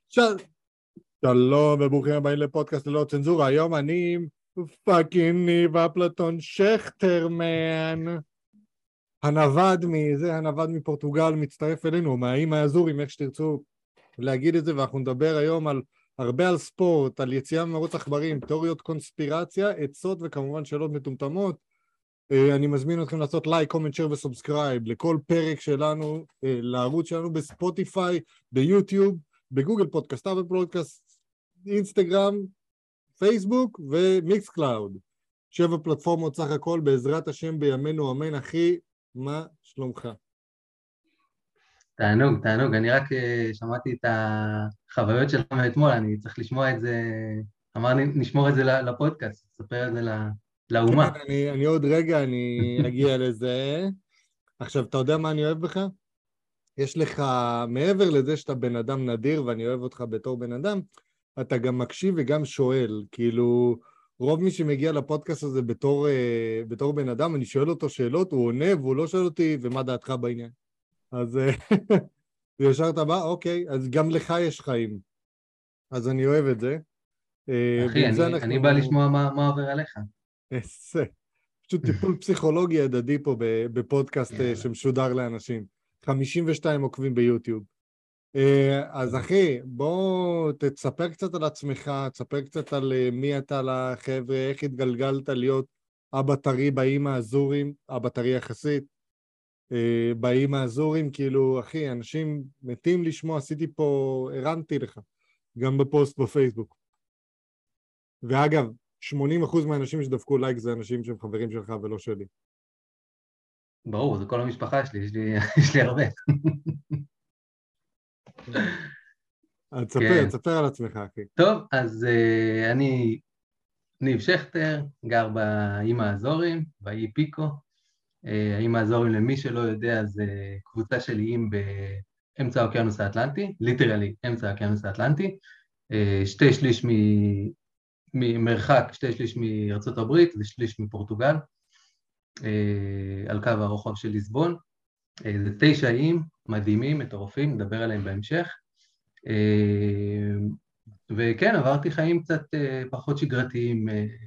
של- שלום וברוכים הבאים לפודקאסט ללא צנזורה. היום אני פאקינג ניב אפלטון שכטרמן, הנווד מפורטוגל, מצטרף אלינו, מהאיים האזורים, איך שתרצו להגיד את זה, ואנחנו נדבר היום הרבה על ספורט, על יציאה ממרוץ עכברים, תיאוריות קונספירציה, עצות וכמובן שאלות מטומטמות. אני מזמין אתכם לעשות לייק, קומנט, שייר וסובסקרייב לכל פרק שלנו, לערוץ שלנו בספוטיפיי, ביוטיוב, בגוגל פודקאסט, אפל פודקאסט, אינסטגרם, פייסבוק ומיקס קלאוד. 7 פלטפורמות סך הכל, בעזרת השם בימינו אמן. אחי, מה שלומך? תענוג. אני רק שמעתי את החוויות שלך מאתמול, אני צריך לשמוע את זה, אמרנו נשמור את זה לפודקאסט, נספר את זה לאומה. כן, אני עוד רגע, אני אגיע לזה. עכשיו, אתה יודע מה אני אוהב בך? יש לך, מעבר לזה שאתה בן אדם נדיר ואני אוהב אותך בתור בן אדם, אתה גם מקשיב וגם שואל. כאילו, רוב מי שמגיע לפודקאסט הזה בתור בן אדם, אני שואל אותו שאלות, הוא עונה והוא לא שואל אותי, ומה דעתך בעניין? אז ישר אתה בא, אוקיי, אז גם לך יש חיים. אז אני אוהב את זה. אחי, ועם זה אני בא אנחנו... לשמוע מה עובר עליך. פשוט טיפול פסיכולוגי הדדי פה בפודקאסט יאללה. שמשודר לאנשים. 52 עוקבים ביוטיוב. אז אחי, בוא תספר קצת על עצמך, תספר קצת על מי אתה לחבר'ה, איך התגלגלת להיות אבא טרי באיים האזורים, אבא טרי יחסית, באיים האזורים. כאילו, אחי, אנשים מתים לשמוע, עשיתי פה, הרנתי לך, גם בפוסט בפייסבוק. ואגב, 80% מהאנשים שדפקו לייק זה אנשים שהם חברים שלך ולא שלי. ברור, זה כל המשפחה שלי, יש לי הרבה. אז כן. תספר על עצמך, אחי. טוב, אז אני ניב שכטר, גר באיים האזורים, באי פיקו. האיים האזורים, למי שלא יודע, זה קבוצה של איים באמצע האוקיינוס האטלנטי, ליטרלי אמצע האוקיינוס האטלנטי, שתי שליש ממרחק, שתי שליש מארצות הברית ושליש מפורטוגל, על קו הרוחב של ליסבון. זה 9 איים מדהימים, מטורפים, נדבר עליהם בהמשך. וכן, עברתי חיים קצת פחות שגרתיים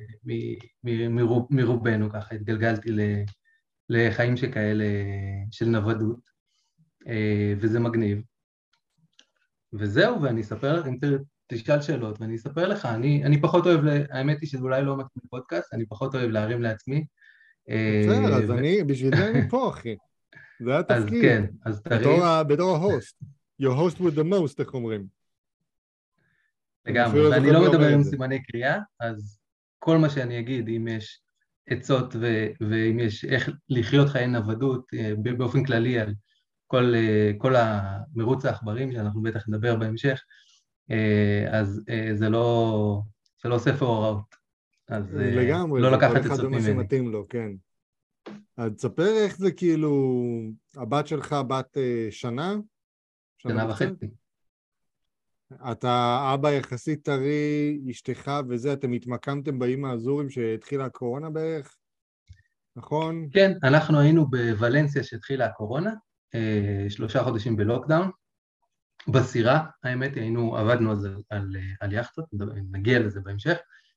מרובנו, ככה התגלגלתי לחיים שכאלה של נוודות, וזה מגניב. וזהו, ואני אספר לך, אם תשאל שאלות, ואני אספר לך, אני פחות אוהב, האמת היא שזה אולי לא מתאים לפודקאסט, אני פחות אוהב להרים לעצמי. בסדר, אז בשביל זה אני פה, אחי. זה אז התפקיד. כן, אז תרים. בתור ההוסט. Your host with the most, איך אומרים? אני לגמרי, אפילו לא ואני זוכר מי לא מדבר אומר את עם זה. סימני קריאה, אז כל מה שאני אגיד, אם יש עצות ואם יש איך לחיות חיי נוודות באופן כללי על כל המרוץ העכברים שאנחנו בטח נדבר בהמשך, אז זה לא ספר הוראות, אז לגמרי, לא זה כל לקחת אחד עצות ומה ממני. שמתאים לו, כן. אז תספר איך זה כאילו, הבת שלך בת שנה? שנה שנה וקצת? וחצי. אתה אבא יחסית טרי, אשתך וזה, אתם התמקמתם באיים האזורים שהתחילה הקורונה בערך, נכון? כן, אנחנו היינו בוולנסיה שהתחילה הקורונה, 3 חודשים בלוקדאון. בסירה, האמת היא, עבדנו על יאכטות, נגיע לזה בהמשך,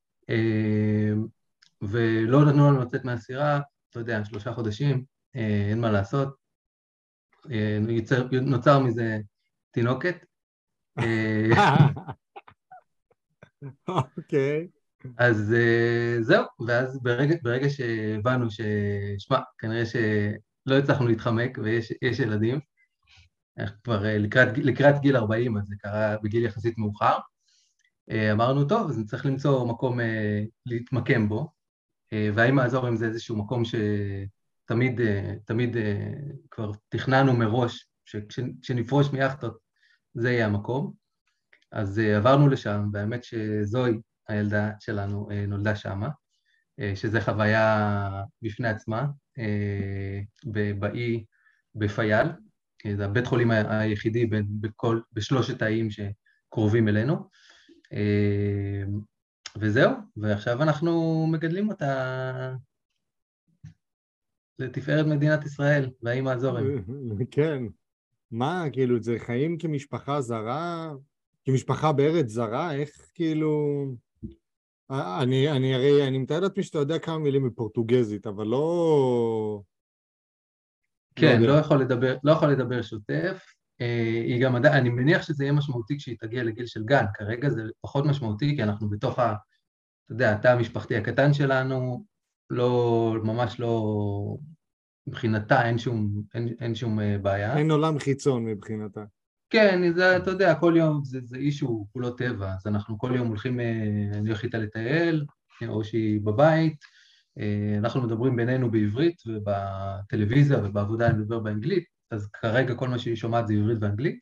ולא נתנו לנו לצאת מהסירה, אתה יודע, 3 חודשים, אין מה לעשות, נוצר מזה תינוקת. אוקיי. אז זהו, ואז ברגע שהבנו שמע, כנראה שלא הצלחנו להתחמק ויש ילדים, אנחנו כבר לקראת גיל 40, אז זה קרה בגיל יחסית מאוחר, אמרנו, טוב, אז נצטרך למצוא מקום להתמקם בו, והאם האזור אם זה איזשהו מקום שתמיד כבר תכננו מראש, שכשנפרוש מיאכטות זה יהיה המקום. אז עברנו לשם, והאמת שזוהי, הילדה שלנו, נולדה שמה, שזה חוויה בפני עצמה, באי, בפייל, זה הבית חולים היחידי בשלושת האיים שקרובים אלינו, וזהו, ועכשיו אנחנו מגדלים אותה לתפארת מדינת ישראל, והאיים האזורים. כן. מה, כאילו, זה חיים כמשפחה זרה? כמשפחה בארץ זרה, איך כאילו... אני מתאר לעצמי שאתה יודע כמה מילים בפורטוגזית, אבל לא כן, יודע. לא יכול לדבר שוטף. היא גם עדיין, אני מניח שזה יהיה משמעותי כשהיא תגיע לגיל של גן, כרגע זה פחות משמעותי, כי אנחנו בתוך אתה יודע, התא המשפחתי הקטן שלנו, ממש לא, מבחינתה אין שום בעיה. אין עולם חיצון מבחינתה. כן, זה, אתה יודע, כל יום זה אישו, כולו טבע, אז אנחנו כל יום הולכים, אני הולך איתה לטייל, או שהיא בבית, אנחנו מדברים בינינו בעברית, ובטלוויזיה ובעבודה אני מדבר באנגלית, אז כרגע כל מה שהיא שומעת זה עברית ואנגלית,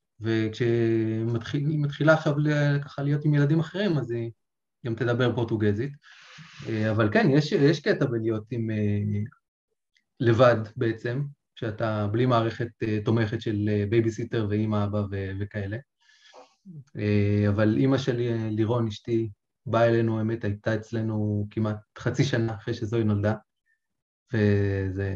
וכשהיא מתחילה עכשיו ככה להיות עם ילדים אחרים, אז היא גם תדבר פורטוגזית. אבל כן, יש קטע בלהיות עם לבד בעצם, שאתה בלי מערכת תומכת של בייביסיטר ואמא, אבא וכאלה. אבל אימא שלי, לירון, אשתי, באה אלינו, האמת, הייתה אצלנו כמעט חצי שנה אחרי שזוהי נולדה, וזה...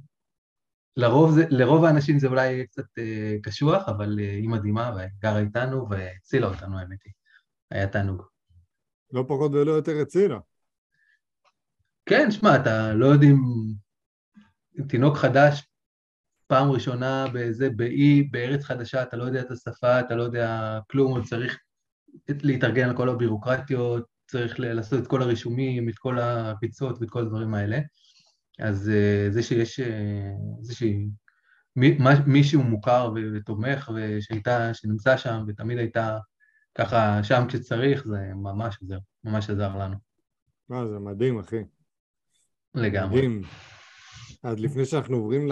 לרוב האנשים זה אולי יהיה קצת קשוח, אבל היא מדהימה, וגרה איתנו, והצילה אותנו, האמת היא. היה תענוג. לא פחות ולא יותר הצילה. כן, שמע, אתה לא יודעים, תינוק חדש, פעם ראשונה בארץ חדשה, אתה לא יודע את השפה, אתה לא יודע כלום, עוד צריך להתארגן על כל הבירוקרטיות, צריך לעשות את כל הרישומים, את כל הפיצות ואת כל הדברים האלה. אז זה שיש מישהו מוכר ותומך שנמצא שם ותמיד הייתה ככה שם כשצריך, זה ממש עזר לנו. זה מדהים, אחי. לגמרי. מדהים. אז לפני שאנחנו עוברים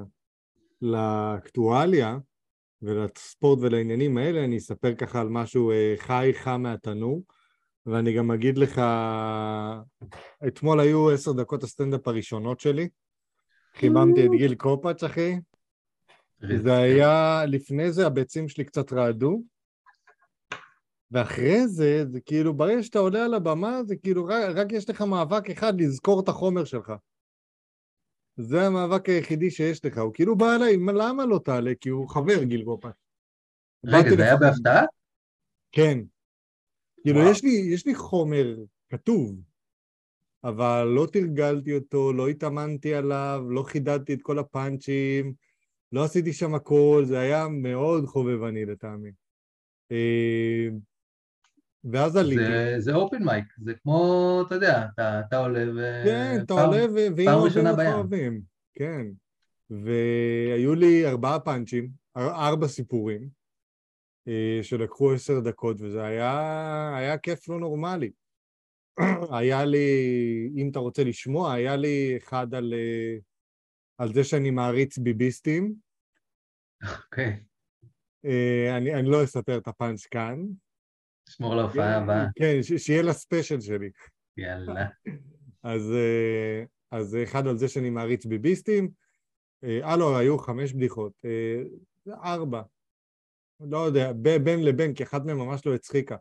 לאקטואליה ולספורט ולעניינים האלה, אני אספר ככה על משהו חי חם מהתנור, ואני גם אגיד לך, אתמול היו 10 דקות הסטנדאפ הראשונות שלי, חיממתי את גיל קופץ', אחי. זה היה, לפני זה הביצים שלי קצת רעדו, ואחרי זה, זה כאילו, ברגע שאתה עולה על הבמה, זה כאילו, רק יש לך מאבק אחד לזכור את החומר שלך. זה המאבק היחידי שיש לך, הוא כאילו בא אליי, למה לא תעלה? כי הוא חבר גיל קופץ'. רגע, זה היה בהפתעה? כן. כאילו, יש לי חומר כתוב, אבל לא תרגלתי אותו, לא התאמנתי עליו, לא חידדתי את כל הפאנצ'ים, לא עשיתי שם הכל, זה היה מאוד חובבני לטעמי. ואז עליתי. זה אופן מייק, זה כמו, אתה יודע, אתה עולה כן, אתה עולה ואם אוהבים אותך בים. אוהבים. כן. והיו לי 4 פאנצ'ים, 4 סיפורים, שלקחו 10 דקות, וזה היה כיף לא נורמלי. היה לי, אם אתה רוצה לשמוע, היה לי אחד על זה שאני מעריץ ביביסטים. אוקיי. אני לא אספר את הפאנץ' כאן. שמור להופעה הבאה. כן, שיהיה לספיישל שלי. יאללה. אז אחד על זה שאני מעריץ ביביסטים. לא, היו 5 בדיחות. 4. לא יודע, בין לבין, כי אחת מהם ממש לא הצחיקה.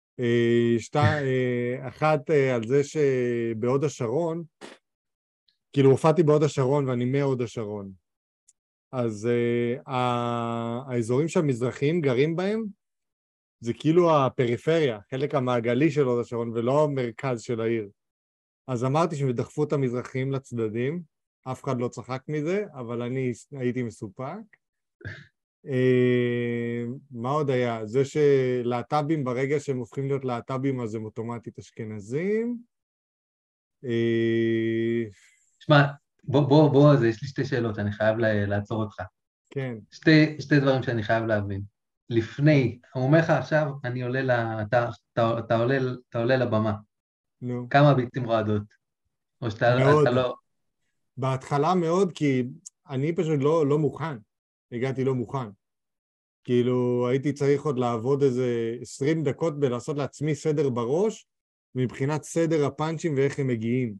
אחת על זה שבהוד השרון, כאילו הופעתי בהוד השרון ואני מהוד השרון. אז האזורים שהמזרחיים גרים בהם, זה כאילו הפריפריה, חלק המעגלי של הוד השרון ולא המרכז של העיר. אז אמרתי שדחפו את המזרחיים לצדדים, אף אחד לא צחק מזה, אבל אני הייתי מסופק. מה עוד היה? זה שלהט"בים ברגע שהם הופכים להיות להט"בים אז הם אוטומטית אשכנזים. שמע, בוא, יש לי 2 שאלות, אני חייב לעצור אותך. כן. 2 דברים שאני חייב להבין. לפני, הוא אומר לך עכשיו, אני עולה, אתה עולה לבמה. נו. כמה ביצים רועדות? או שאתה מאוד. לא... בהתחלה מאוד, כי אני פשוט לא מוכן. הגעתי לא מוכן. כאילו, הייתי צריך עוד לעבוד איזה 20 דקות בלעשות לעצמי סדר בראש, מבחינת סדר הפאנצ'ים ואיך הם מגיעים.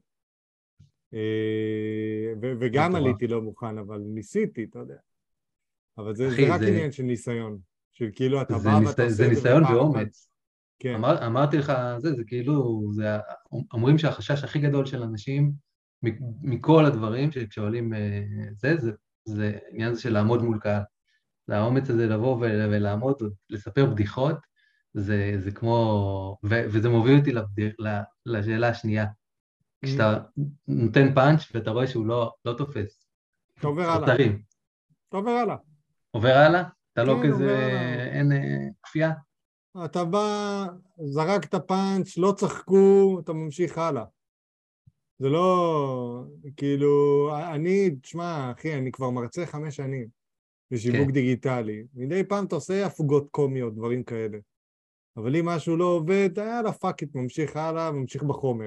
וגם עליתי לא מוכן, אבל ניסיתי, אתה יודע. אבל זה רק עניין של ניסיון. של כאילו, אתה בא ואתה עושה את זה ניסיון ואומץ. כן. אמרתי לך, זה כאילו, אומרים שהחשש הכי גדול של אנשים, מכל הדברים שכשואלים זה עניין הזה של לעמוד מול קהל. האומץ הזה לבוא ולעמוד, לספר בדיחות, זה כמו, וזה מוביל אותי לשאלה השנייה. כשאתה נותן פאנץ' ואתה רואה שהוא לא תופס, אתה עובר לא הלאה. תרים. אתה עובר הלאה. עובר הלאה? אתה לא כן, כזה, עובר הלאה. אין כפייה? אתה בא, זרקת פאנץ', לא צחקו, אתה ממשיך הלאה. זה לא, כאילו, תשמע, אחי, אני כבר מרצה 5 שנים בשיווק כן. דיגיטלי. מדי פעם אתה עושה הפוגות קומיות, דברים כאלה. אבל אם משהו לא עובד, יאללה, פאק איט, ממשיך הלאה, ממשיך בחומר.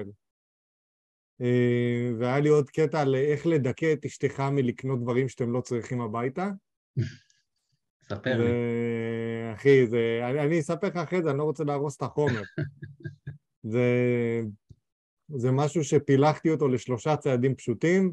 והיה לי עוד קטע על איך לדכא את אשתך מלקנות דברים שאתם לא צריכים הביתה. ספר לי. אחי, אני אספר לך אחרי זה, אני לא רוצה להרוס את החומר. זה, זה משהו שפילחתי אותו ל3 צעדים פשוטים.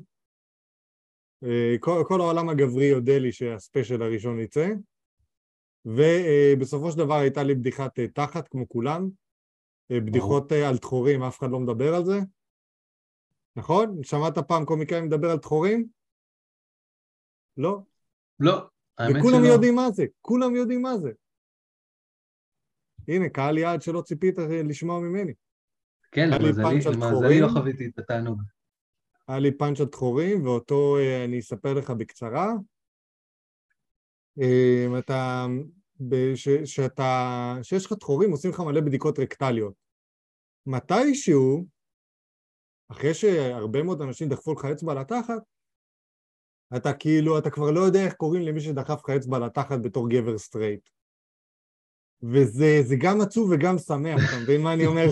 כל העולם הגברי יודע לי שהספיישל הראשון יצא, ובסופו של דבר הייתה לי בדיחת תחת, כמו כולם. בדיחות על תחורים, אף אחד לא מדבר על זה. נכון? שמעת פעם קומיקאי מדבר על תחורים? לא. לא, האמת וכולם שלא. יודעים מה זה, כולם יודעים מה זה. הנה, קהל יעד שלא ציפית לשמוע ממני. כן, היה לי פאנץ' על למזלי לא תחורים, חוויתי את התענוג. היה לי פאנץ' על תחורים, ואותו אני אספר לך בקצרה. אתה, שיש לך תחורים, עושים לך מלא בדיקות רקטליות. מתישהו, אחרי שהרבה מאוד אנשים דחפו לך אצבע לתחת, אתה כבר לא יודע איך קוראים למי שדחף לך אצבע לתחת בתור גבר סטרייט. וזה גם עצוב וגם שמח, אתה מבין מה אני אומר?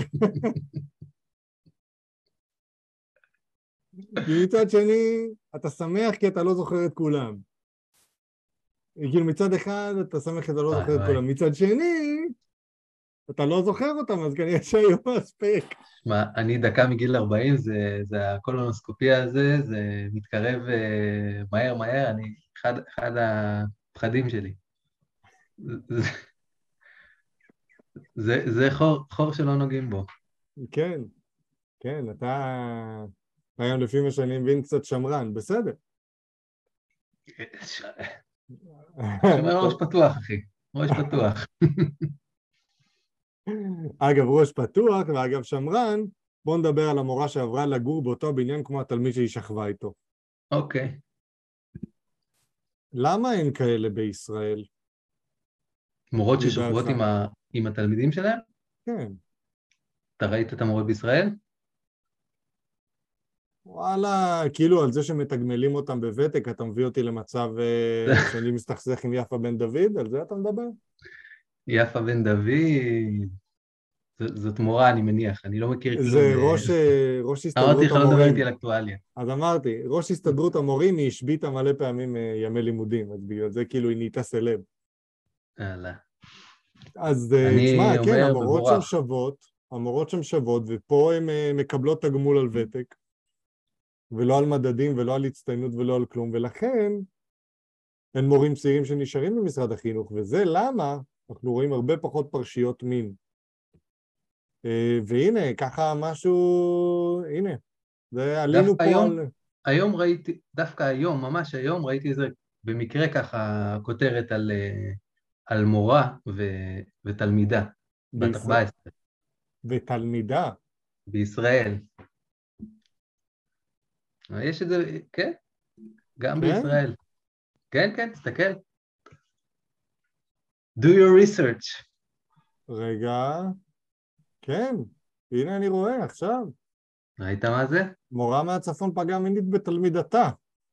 כי מצד שני, אתה שמח כי אתה לא זוכר את כולם. כאילו מצד אחד אתה שמח כי אתה לא זוכר את כולם, מצד שני, אתה לא זוכר אותם, אז כנראה שהיו מספיק. מה, אני דקה מגיל 40, זה הקולונוסקופיה הזה, זה מתקרב מהר מהר, אני אחד הפחדים שלי. זה חור שלא נוגעים בו. כן, כן, אתה היום לפי מה שאני מבין קצת שמרן, בסדר. שומר ראש פתוח, אחי, ראש פתוח. אגב, ראש פתוח, ואגב שמרן, בואו נדבר על המורה שעברה לגור באותו בניין כמו התלמיד שהיא שכבה איתו. אוקיי. למה אין כאלה בישראל? מורות ששוכבות לדעתך? עם התלמידים שלהם? כן. אתה ראית את המורות בישראל? וואלה, כאילו על זה שמתגמלים אותם בוותק, אתה מביא אותי למצב שאני מסתכסך עם יפה בן דוד, על זה אתה מדבר? יפה בן דוד, זאת מורה, אני מניח, אני לא מכיר כלום. זה ראש אמרתי הסתדרות לך, לא לדבר איתי המורים. על אקטואליה. אז אמרתי, ראש הסתדרות המורים היא השביתה מלא פעמים ימי לימודים, אז בגלל זה כאילו היא נהייתה סלב. יאללה. אז תשמע, אני כן, אומר, מבורך. המורות שם שוות, ופה הן מקבלות תגמול על ותק, ולא על מדדים, ולא על הצטיינות, ולא על כלום, ולכן אין מורים צעירים שנשארים במשרד החינוך, וזה למה אנחנו רואים הרבה פחות פרשיות מין. והנה, ככה משהו, הנה, זה עלינו דווקא פה היום, על... היום ראיתי, דווקא היום, ממש היום, ראיתי איזה, במקרה ככה, כותרת על מורה ותלמידה, בת 14, ותלמידה. בישראל. יש את זה, כן, גם כן? בישראל. כן, כן, תסתכל. Do your research. רגע, כן, הנה אני רואה עכשיו. ראית מה זה? מורה מהצפון פגעה מינית בתלמידתה.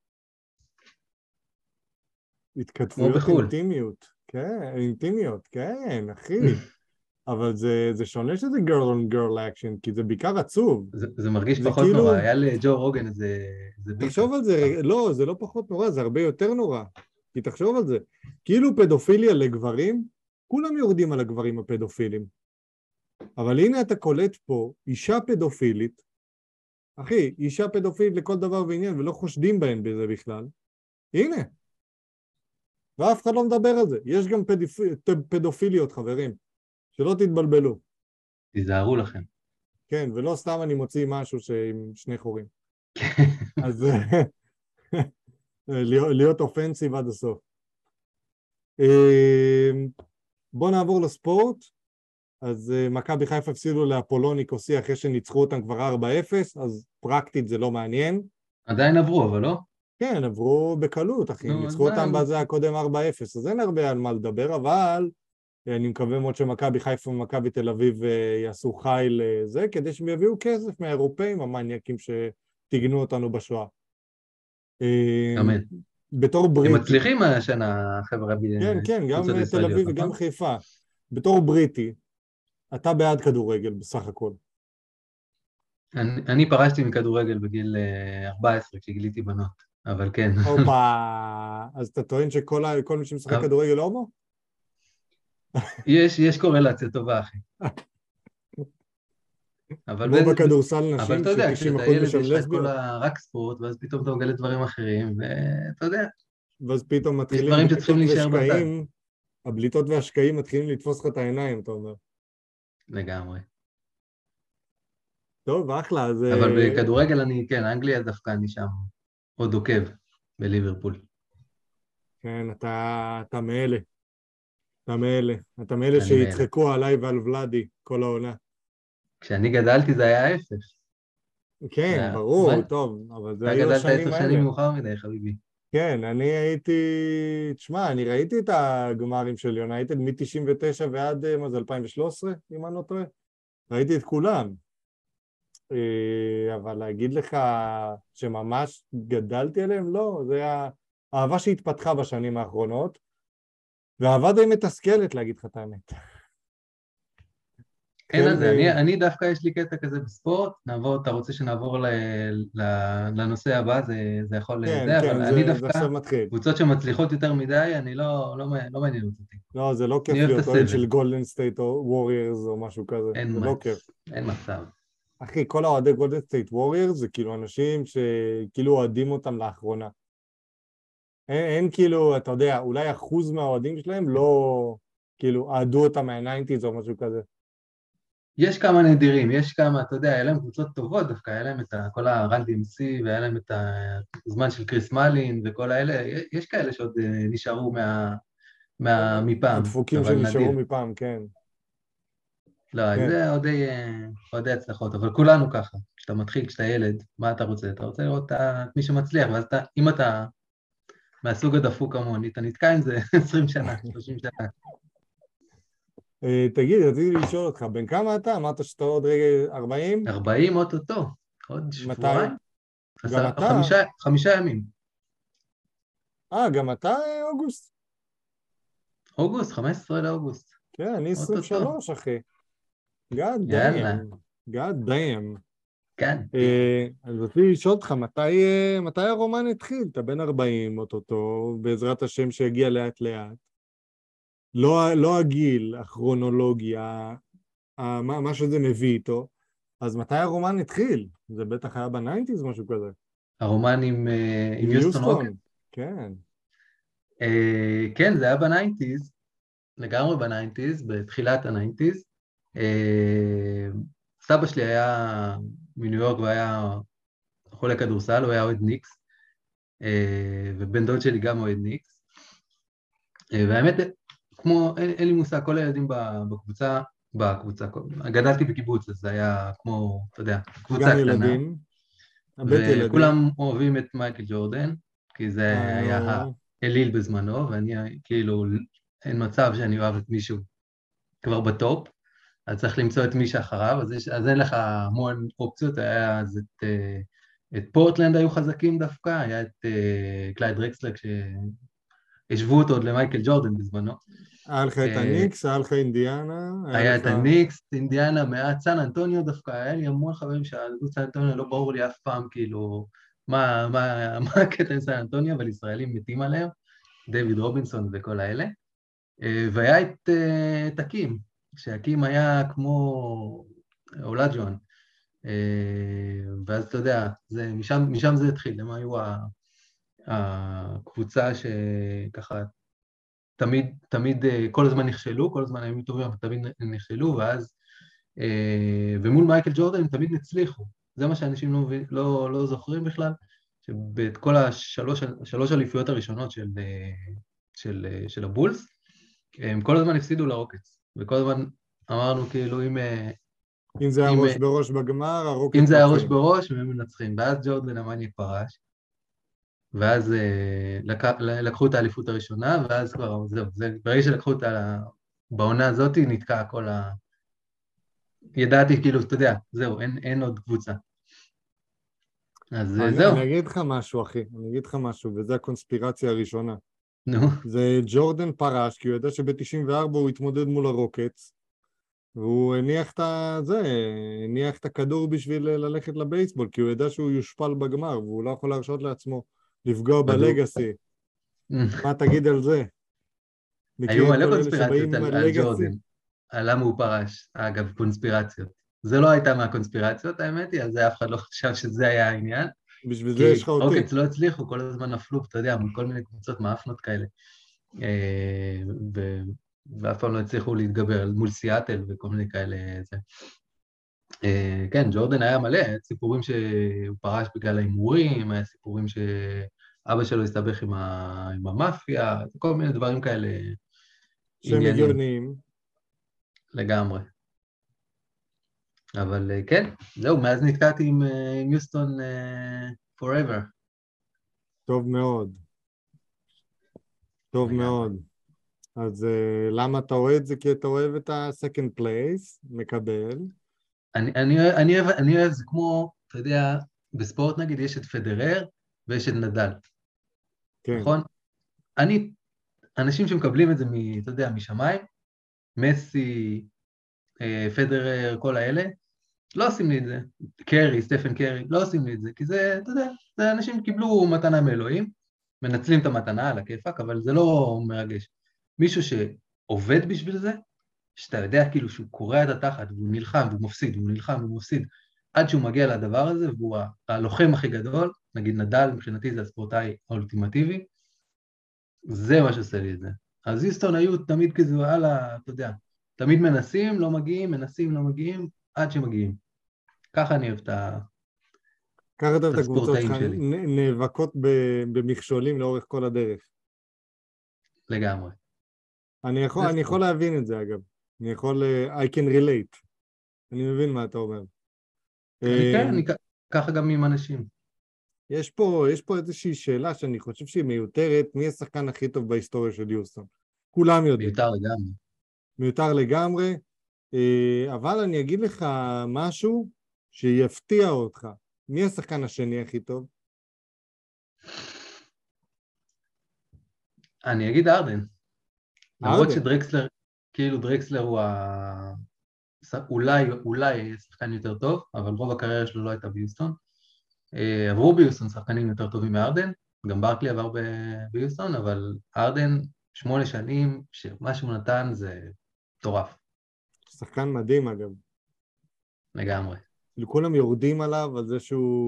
כמו התכתבויות בחו"ל. אינטימיות, כן, אחי. אבל זה שונה שזה girl on girl action, כי זה בעיקר עצוב. זה מרגיש זה פחות נורא, כאילו, היה לג'ו רוגן איזה ביטה. תחשוב על זה, לא, זה לא פחות נורא, זה הרבה יותר נורא. כי תחשוב על זה. כאילו פדופיליה לגברים, כולם יורדים על הגברים הפדופילים. אבל הנה אתה קולט פה, אישה פדופילית, אחי, אישה פדופילית לכל דבר ועניין, ולא חושדים בהן בזה בכלל. הנה. ואף אחד לא מדבר על זה. יש גם פדופיליות, חברים. שלא תתבלבלו. תיזהרו לכם. כן, ולא סתם אני מוציא משהו עם 2 חורים. אז להיות אופנסיב עד הסוף. בוא נעבור לספורט. אז מכבי חיפה הפסידו לאפולון ניקוסיה אחרי שניצחו אותם כבר 4-0, אז פרקטית זה לא מעניין. עדיין עברו, אבל לא? כן, עברו בקלות, אחי, נו, אז ניצחו אותם מה? בזה הקודם 4-0, אז אין הרבה על מה לדבר, אבל אני מקווה מאוד שמכבי חיפה ומכבי תל אביב יעשו חיל זה, כדי שהם יביאו כסף מהאירופאים המניאקים שתיגנו אותנו בשואה. אמן. בתור הם בריטי, מצליחים השנה, חבר'ה, כן, כן, גם קבוצות תל ישראליות, אביב וגם נכון? חיפה. בתור בריטי, אתה בעד כדורגל בסך הכל. אני פרשתי מכדורגל בגיל 14 כשגיליתי בנות, אבל כן. הופה, אז אתה טוען כל מי שמשחק כדורגל הומו? יש קורלציה טובה, אחי. כמו בכדורסל אבל נשים, אתה יודע, כשאתה ש-90% ילד משם יש לך את כל לסביות, רק ספורט, ואז פתאום אתה מגלה דברים אחרים, ואתה יודע, ואז פתאום יש מתחילים דברים שצריכים בליטות להישאר בצד. ושקעים, הבליטות והשקעים מתחילים לתפוס לך את העיניים, אתה אומר. לגמרי. טוב, אחלה, אז... אבל בכדורגל כן, אנגליה דווקא אני שם עוד עוקב בליברפול. כן, אתה מאלה. אתה מאלה אני מאלה. שיצחקו עליי ועל ולדי כל העונה. כשאני גדלתי זה היה אפס. כן, ברור, טוב, אבל זה אתה היו גדלת 10 השנים שנים האלה. מאוחר מדי, חביבי. כן, אני הייתי... תשמע, אני ראיתי את הגמרים של יונייטד מ-99 ועד, מה זה, 2013, אם אני לא טועה? ראיתי את כולם. אבל להגיד לך שממש גדלתי עליהם? לא, זה האהבה שהתפתחה בשנים האחרונות, והאהבה די מתסכלת, להגיד לך את האמת. אין על זה, אני דווקא יש לי קטע כזה בספורט, אתה רוצה שנעבור לנושא הבא, זה יכול כן, זה, כן, אבל אני זה דווקא, עכשיו מתחיל. קבוצות שמצליחות יותר מדי, אני לא מעניינות אותי. לא, זה לא אני כיף אוהב את להיות אוהד הסבל, של גולדן סטייט ווריורס או משהו כזה, זה לא כיף. אין מצב. אחי, כל האוהדי גולדן סטייט ווריורס זה כאילו אנשים שכאילו אוהדים אותם לאחרונה. אין כאילו, אתה יודע, אולי אחוז מהאוהדים שלהם לא כאילו אהדו אותם מהניינטיז או משהו כזה. יש כמה נדירים, יש כמה, אתה יודע, היה להם קבוצות טובות דווקא, היה להם את כל ה-Run DMC, והיה להם את הזמן של קריס מלין וכל האלה, יש כאלה שעוד נשארו מפעם, הדפוקים אבל שנשארו נדיר. מפעם, כן. לא, כן. זה עוד הצלחות, אבל כולנו ככה. כשאתה מתחיל, כשאתה ילד, מה אתה רוצה? אתה רוצה לראות את מי שמצליח, ואז אם אתה מהסוג הדפוק כמוני, אתה נתקע עם זה 20 שנה, 30 שנה. תגיד, רציתי לשאול אותך, בן כמה אתה? אמרת שאתה עוד רגע 40? 40 אוטוטו, עוד מתי? שבועיים, גם אתה? 5 ימים. גם אתה אוגוסט? אוגוסט, 15 לאוגוסט, כן, אני אוטוטו. 23, אחי. God יאללה, damn. God damn. כן. אז רציתי לשאול אותך, מתי הרומן התחיל? אתה בן 40, אוטוטו, בעזרת השם שיגיע לאט לאט. לא הגיל, הכרונולוגיה, מה שזה מביא איתו. אז מתי הרומן התחיל? זה בטח היה בניינטיז, משהו כזה. הרומן עם יוסטון רוקט? כן. כן, זה היה בניינטיז, לגמרי בניינטיז, בתחילת הניינטיז. סבא שלי היה מניו יורק והיה חולה כדורסל, הוא היה אוהד ניקס, ובן דוד שלי גם אוהד ניקס. והאמת, אין לי מושג, כל הילדים בקבוצה, גדלתי בקיבוץ, אז זה היה כמו, אתה יודע, קבוצה גן קטנה. ילדים, בית ילדים. וכולם אוהבים את מייקל ג'ורדן, כי זה היה האליל בזמנו, ואני כאילו, אין מצב שאני אוהב את מישהו כבר בטופ, אז צריך למצוא את מי שאחריו, אז אין לך המון אופציות, היה אז את פורטלנד היו חזקים דווקא, היה את קלייד דרקסלר, שהשוו אותו עוד למייקל ג'ורדן בזמנו. היה לך את הניקס, היה לך אינדיאנה. היה את הניקס, אינדיאנה, מעט סן אנטוניו דווקא, היה לי המון חברים שעדו סן אנטוניו, לא ברור לי אף פעם כאילו מה הקטע עם סן אנטוניו, אבל ישראלים מתים עליהם, דיוויד רובינסון וכל האלה. והיה את הקים, שהקים היה כמו אולג'ואן, ואז אתה יודע, משם זה התחיל, הם היו הקבוצה שככה תמיד כל הזמן נכשלו, כל הזמן היו טובים, אבל תמיד נכשלו, ומול מייקל ג'ורדן הם תמיד הצליחו. זה מה שאנשים לא זוכרים בכלל, שבאת כל השלוש אליפויות הראשונות של הבולס, הם כל הזמן הפסידו לרוקטס, וכל הזמן אמרנו כאילו אם זה היה אם, ראש בראש בגמר, אם הרוקטס זה היה ראש לוקחים. בראש, הם מנצחים. ואז ג'ורדן המניאק פרש, ואז לקחו את האליפות הראשונה, ואז כבר, זהו, ברגע שלקחו בעונה הזאת נתקע כל ידעתי כאילו, אתה יודע, זהו, אין עוד קבוצה. אז זהו. אני אגיד לך משהו, אחי, אני אגיד לך משהו, וזו הקונספירציה הראשונה. נו. זה ג'ורדן פרש, כי הוא ידע שב-94 הוא התמודד מול הרוקטס, והוא הניח את הכדור בשביל ללכת לבייסבול, כי הוא ידע שהוא יושפל בגמר, והוא לא יכול להרשות לעצמו לפגוע בדיוק. בלגאסי. מה תגיד על זה? היו מכיר את מלא כל אלה קונספירציות שבאים עם על הלגאסי? ג'ורדן, על למה הוא פרש, אגב, קונספירציות. זה לא הייתה מהקונספירציות, האמת היא, על זה אף אחד לא חשב שזה היה העניין, בשביל זה יש כי לך אותי. רוקטס לא הצליחו, כל הזמן נפלו, אתה יודע, מכל מיני קבוצות מאפנות כאלה. ואף פעם לא הצליחו להתגבר מול סיאטל וכל מיני כאלה. כן, ג'ורדן היה מלא, היה סיפורים שהוא פרש בגלל ההימורים, היה סיפורים שאבא שלו הסתבך עם המאפיה, כל מיני דברים כאלה שהם עניינים הגיוניים. לגמרי. אבל כן, זהו, מאז נתקעתי עם יוסטון forever. טוב מאוד. טוב לגמרי. מאוד. אז למה אתה אוהב את זה? כי אתה אוהב את ה-second place, מקבל. אני אוהב, זה כמו, אתה יודע, בספורט נגיד יש את פדרר ויש את נדל, כן. נכון? אנשים שמקבלים את זה, אתה יודע, משמיים, מסי, פדרר, כל האלה, לא עושים לי את זה. קרי, סטפן קרי, לא עושים לי את זה, כי זה, אתה יודע, זה אנשים קיבלו מתנה מאלוהים, מנצלים את המתנה על הכיפק, אבל זה לא מרגש. מישהו שעובד בשביל זה, שאתה יודע כאילו שהוא קורע את התחת, והוא נלחם והוא מפסיד, והוא נלחם והוא מפסיד, עד שהוא מגיע לדבר הזה, והוא הלוחם הכי גדול, נגיד נדל, מבחינתי זה הספורטאי האולטימטיבי, זה מה שעושה לי את זה. אז יוסטון היו תמיד כזה, הלאה, אתה יודע, תמיד מנסים, לא מגיעים, מנסים, לא מגיעים, עד שמגיעים. ככה אני אוהב ככה אתה את את הקבוצות שלך הספורטאים שלי, נאבקות במכשולים לאורך כל הדרך. לגמרי. זה אני יכול ספורט. להבין את זה, אגב. I can relate. אני מבין מה אתה אומר. כן, אמ, ככה גם עם אנשים. יש פה איזושהי שאלה שאני חושב שהיא מיותרת, מי השחקן הכי טוב בהיסטוריה של יוסטון? כולם יודעים. מיותר לגמרי. מיותר לגמרי, אבל אני אגיד לך משהו שיפתיע אותך. מי השחקן השני הכי טוב? אני אגיד ארדן. למרות ארדן. שדרקסלר, כאילו דרקסלר הוא אולי שחקן יותר טוב, אבל רוב הקריירה שלו לא הייתה ביוסטון. עברו ביוסטון שחקנים יותר טובים מארדן, גם ברקלי עבר ביוסטון, אבל ארדן 8 שנים, שמה שהוא נתן זה מטורף. שחקן מדהים, אגב. לגמרי. כולם יורדים עליו על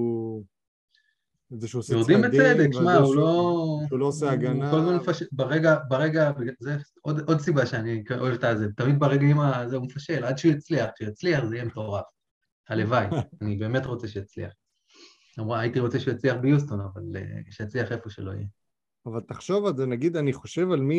זה שהוא עושה יורדים בצדק, צעדים, ועל שמע, זה הוא לא... שהוא לא עושה הוא כל הזמן הגנה. מפשל, זה עוד סיבה שאני אוהב את זה, תמיד ברגעים הזה הוא מפשל, עד שהוא יצליח, כשיצליח זה יהיה מטורף. הלוואי, אני באמת רוצה שיצליח. אמרה, הייתי רוצה שהוא יצליח ביוסטון, אבל שיצליח איפה שלא יהיה. אבל תחשוב על זה, נגיד, אני חושב על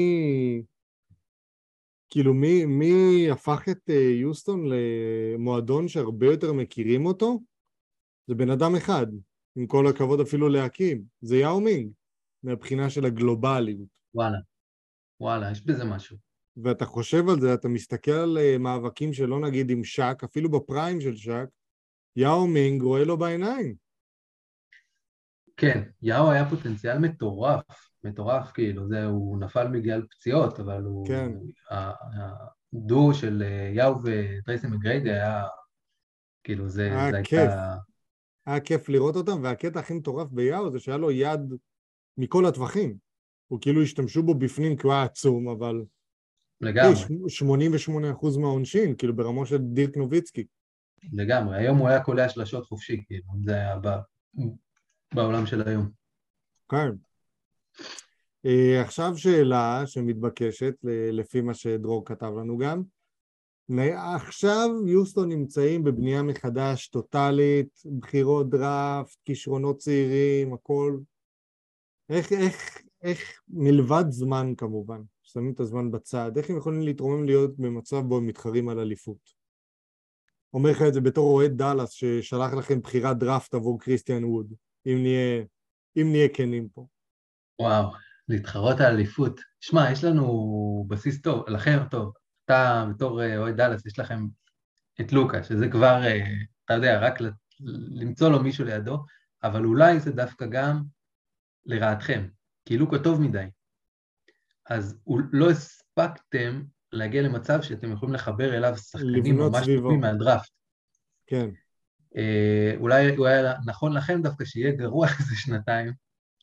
כאילו מי הפך את יוסטון למועדון שהרבה יותר מכירים אותו? זה בן אדם אחד, עם כל הכבוד אפילו להקים, זה יאו מינג, מהבחינה של הגלובליות. וואלה, יש בזה משהו. ואתה חושב על זה, אתה מסתכל על מאבקים שלא נגיד עם שק, אפילו בפריים של שק, יאו מינג רואה לו בעיניים. כן, יאו היה פוטנציאל מטורף, מטורף כאילו, הוא נפל בגלל פציעות, אבל כן. הדו של יאו וטרייסי מגריידי היה, כאילו זה כיף. הייתה... היה כיף לראות אותם, והקטע הכי מטורף ביאו זה שהיה לו יד מכל הטווחים. הוא כאילו השתמשו בו בפנים כי הוא היה עצום, אבל... לגמרי. 88% מהעונשין, כאילו ברמו של דירק נוביצקי. לגמרי, היום הוא היה קולע שלשות חופשי, כאילו, זה היה בעולם של היום. כן. עכשיו שאלה שמתבקשת, לפי מה שדרור כתב לנו גם. עכשיו יוסטון נמצאים בבנייה מחדש טוטלית, בחירות דראפט, כישרונות צעירים, הכל. איך מלבד זמן כמובן, שמים את הזמן בצד, איך הם יכולים להתרומם להיות במצב בו הם מתחרים על אליפות? אומר לך את זה בתור אוהד דאלאס ששלח לכם בחירת דראפט עבור קריסטיאן ווד, אם נהיה כנים פה. וואו, להתחרות על אליפות. שמע, יש לנו בסיס טוב, לכם טוב. אתה בתור אוהד דאלאס, יש לכם את לוקה, שזה כבר, אתה יודע, רק למצוא לו מישהו לידו, אבל אולי זה דווקא גם לרעתכם, כי לוקה טוב מדי. אז לא הספקתם להגיע למצב שאתם יכולים לחבר אליו שחקנים ממש טובים מהדראפט. כן. אולי הוא היה נכון לכם דווקא שיהיה גרוע איזה שנתיים.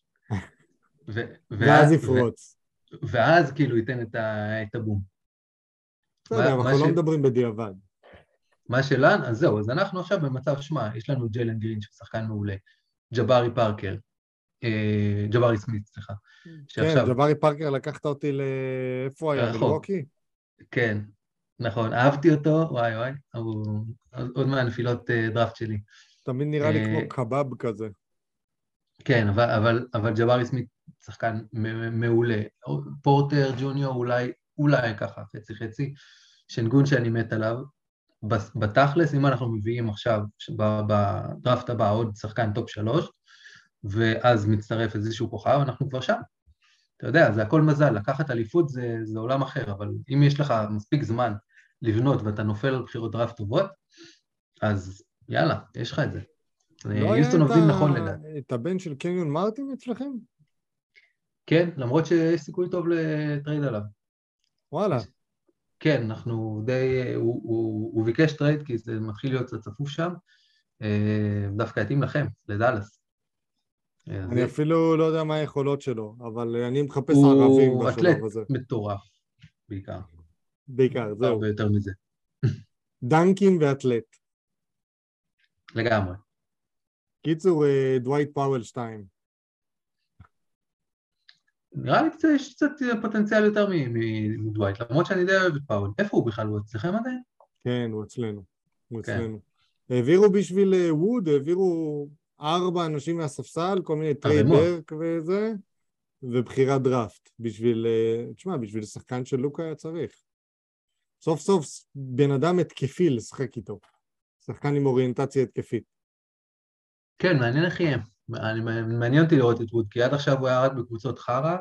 ואז יפרוץ. ואז כאילו ייתן את הבום. בסדר, אבל אנחנו לא מדברים בדיעבד. מה שלנו, אז זהו, אז אנחנו עכשיו במצב שמה, יש לנו ג'יילן גרין ששחקן מעולה, ג'בארי פארקר, ג'בארי סמית, סליחה. כן, ג'בארי פארקר לקחת אותי לאיפה היה, מילווקי? כן, נכון, אהבתי אותו, וואי וואי, עוד מהנפילות דראפט שלי. תמיד נראה לי כמו קבב כזה. כן, אבל ג'בארי סמית שחקן מעולה. פורטר ג'וניור אולי ככה, חצי חצי, שנגון שאני מת עליו. בתכלס, אם אנחנו מביאים עכשיו, בדראפט הבא עוד שחקן טופ 3, ואז מצטרף איזשהו כוכב, אנחנו כבר שם. אתה יודע, זה הכל מזל, לקחת אליפות זה עולם אחר, אבל אם יש לך מספיק זמן לבנות ואתה נופל על בחירות דראפט טובות, אז יאללה, יש לך את זה. לא היה את הבן של קניון מרטין אצלכם? כן, למרות שיש סיכוי טוב לטרייד עליו. וואלה. כן, אנחנו די, הוא ביקש טרייד כי זה מתחיל להיות קצת צפוף שם, דווקא יתאים לכם, לדלס. אני אפילו לא יודע מה היכולות שלו, אבל אני מחפש ערבים בשלב הזה. הוא אתלט מטורף, בעיקר. בעיקר, זהו. הרבה יותר מזה. דנקים ואתלט. לגמרי. קיצור, דווייט פאוול 2. נראה לי שיש קצת פוטנציאל יותר מדווייט, למרות שאני די אוהב את פאוול. איפה הוא בכלל? הוא אצלכם עדיין? כן, הוא אצלנו. העבירו בשביל ווד, העבירו 4 אנשים מהספסל, כל מיני טריי ברק וזה, ובחירת דראפט. בשביל שחקן של לוקה היה צריך. סוף סוף בן אדם התקפי לשחק איתו. שחקן עם אוריינטציה התקפית. כן, מעניין איך יהיה. מעניין אותי לראות את ווד, כי עד עכשיו הוא היה רק בקבוצות חרה,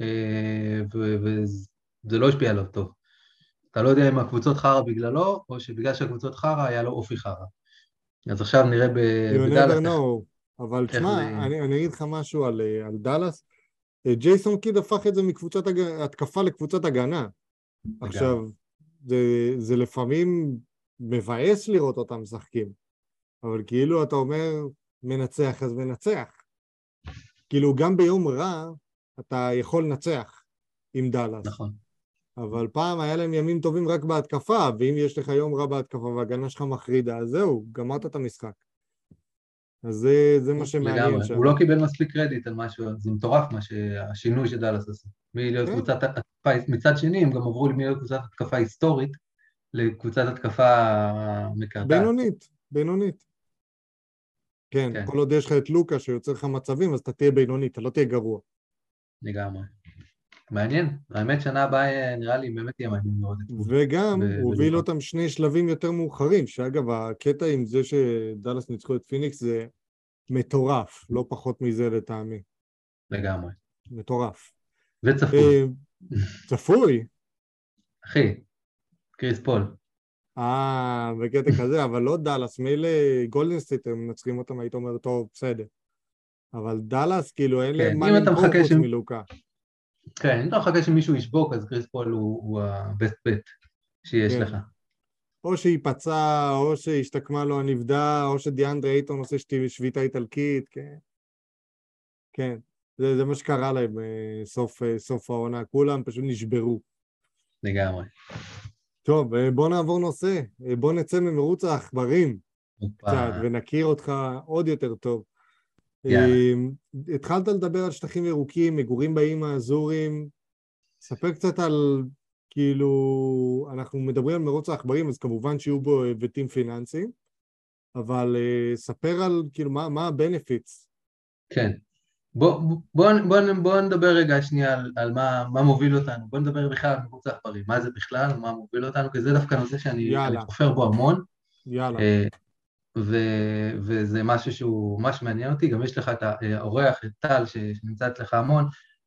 וזה לא השפיע עליו טוב. אתה לא יודע אם הקבוצות חרה בגללו, או שבגלל שהקבוצות חרה היה לו אופי חרה. אז עכשיו נראה בדלס. You never know. אבל תשמע, אני אגיד לך משהו על דלס. ג'ייסון קיד הפך את זה מקבוצת התקפה לקבוצת הגנה. עכשיו, זה לפעמים מבאס לראות אותם משחקים. אבל כאילו אתה אומר, מנצח אז מנצח. כאילו גם ביום רע, אתה יכול לנצח עם דלס. נכון. אבל פעם היה להם ימים טובים רק בהתקפה, ואם יש לך יום רע בהתקפה והגנה שלך מחרידה, אז זהו, גמרת את המשחק. אז זה מה שמעניין שם. הוא לא קיבל מספיק קרדיט על משהו, זה מטורף השינוי שדלס עשה. מלהיות קבוצת התקפה, מצד שני הם גם עברו להיות קבוצת התקפה היסטורית, לקבוצת התקפה מקרטעת. בינונית. כן, כל עוד יש לך את לוקה שיוצר לך מצבים, אז אתה תהיה בינונית, אתה לא תהיה גרוע. לגמרי. מעניין, האמת שנה הבאה נראה לי באמת תהיה מעניין מאוד. וגם הוא הוביל אותם 2 שלבים יותר מאוחרים, שאגב הקטע עם זה שדלס ניצחו את פיניקס זה מטורף, לא פחות מזה לטעמי. לגמרי. מטורף. וצפוי. צפוי? אחי, קריס פול. בקטע כזה, אבל לא דלס, מילא גולדן סטייט הם מנצחים אותם, היית אומר, טוב, בסדר. אבל דלס, כאילו, אין להם מה למכור חוץ מלוקה. כן, אם אתה מחכה שמישהו ישבוק, אז קריס פול הוא ה-best bet שיש לך. או שיפצע, או שהשתקמה לו הנבדה, או שדיאנדרי אייטון עושה שביתה איטלקית, כן. כן, זה מה שקרה להם סוף העונה, כולם פשוט נשברו. לגמרי. טוב, בוא נעבור נושא, בוא נצא ממרוץ העכברים קצת, ונכיר אותך עוד יותר טוב. התחלת לדבר על שטחים ירוקים, מגורים באיים האזוריים, ספר קצת על, כאילו, אנחנו מדברים על מרוץ העכברים, אז כמובן שיהיו בו היבטים פיננסיים, אבל ספר על, כאילו, מה ה-benefits? כן, בוא נדבר רגע שנייה על מה מוביל אותנו, בוא נדבר בכלל על מחוץ לעכברים, מה זה בכלל, מה מוביל אותנו, כי זה דווקא נושא שאני יאללה, חופר בו המון, יאללה. וזה משהו שהוא ממש מעניין אותי, גם יש לך את האורח, את טל, שנמצא אצלך המון,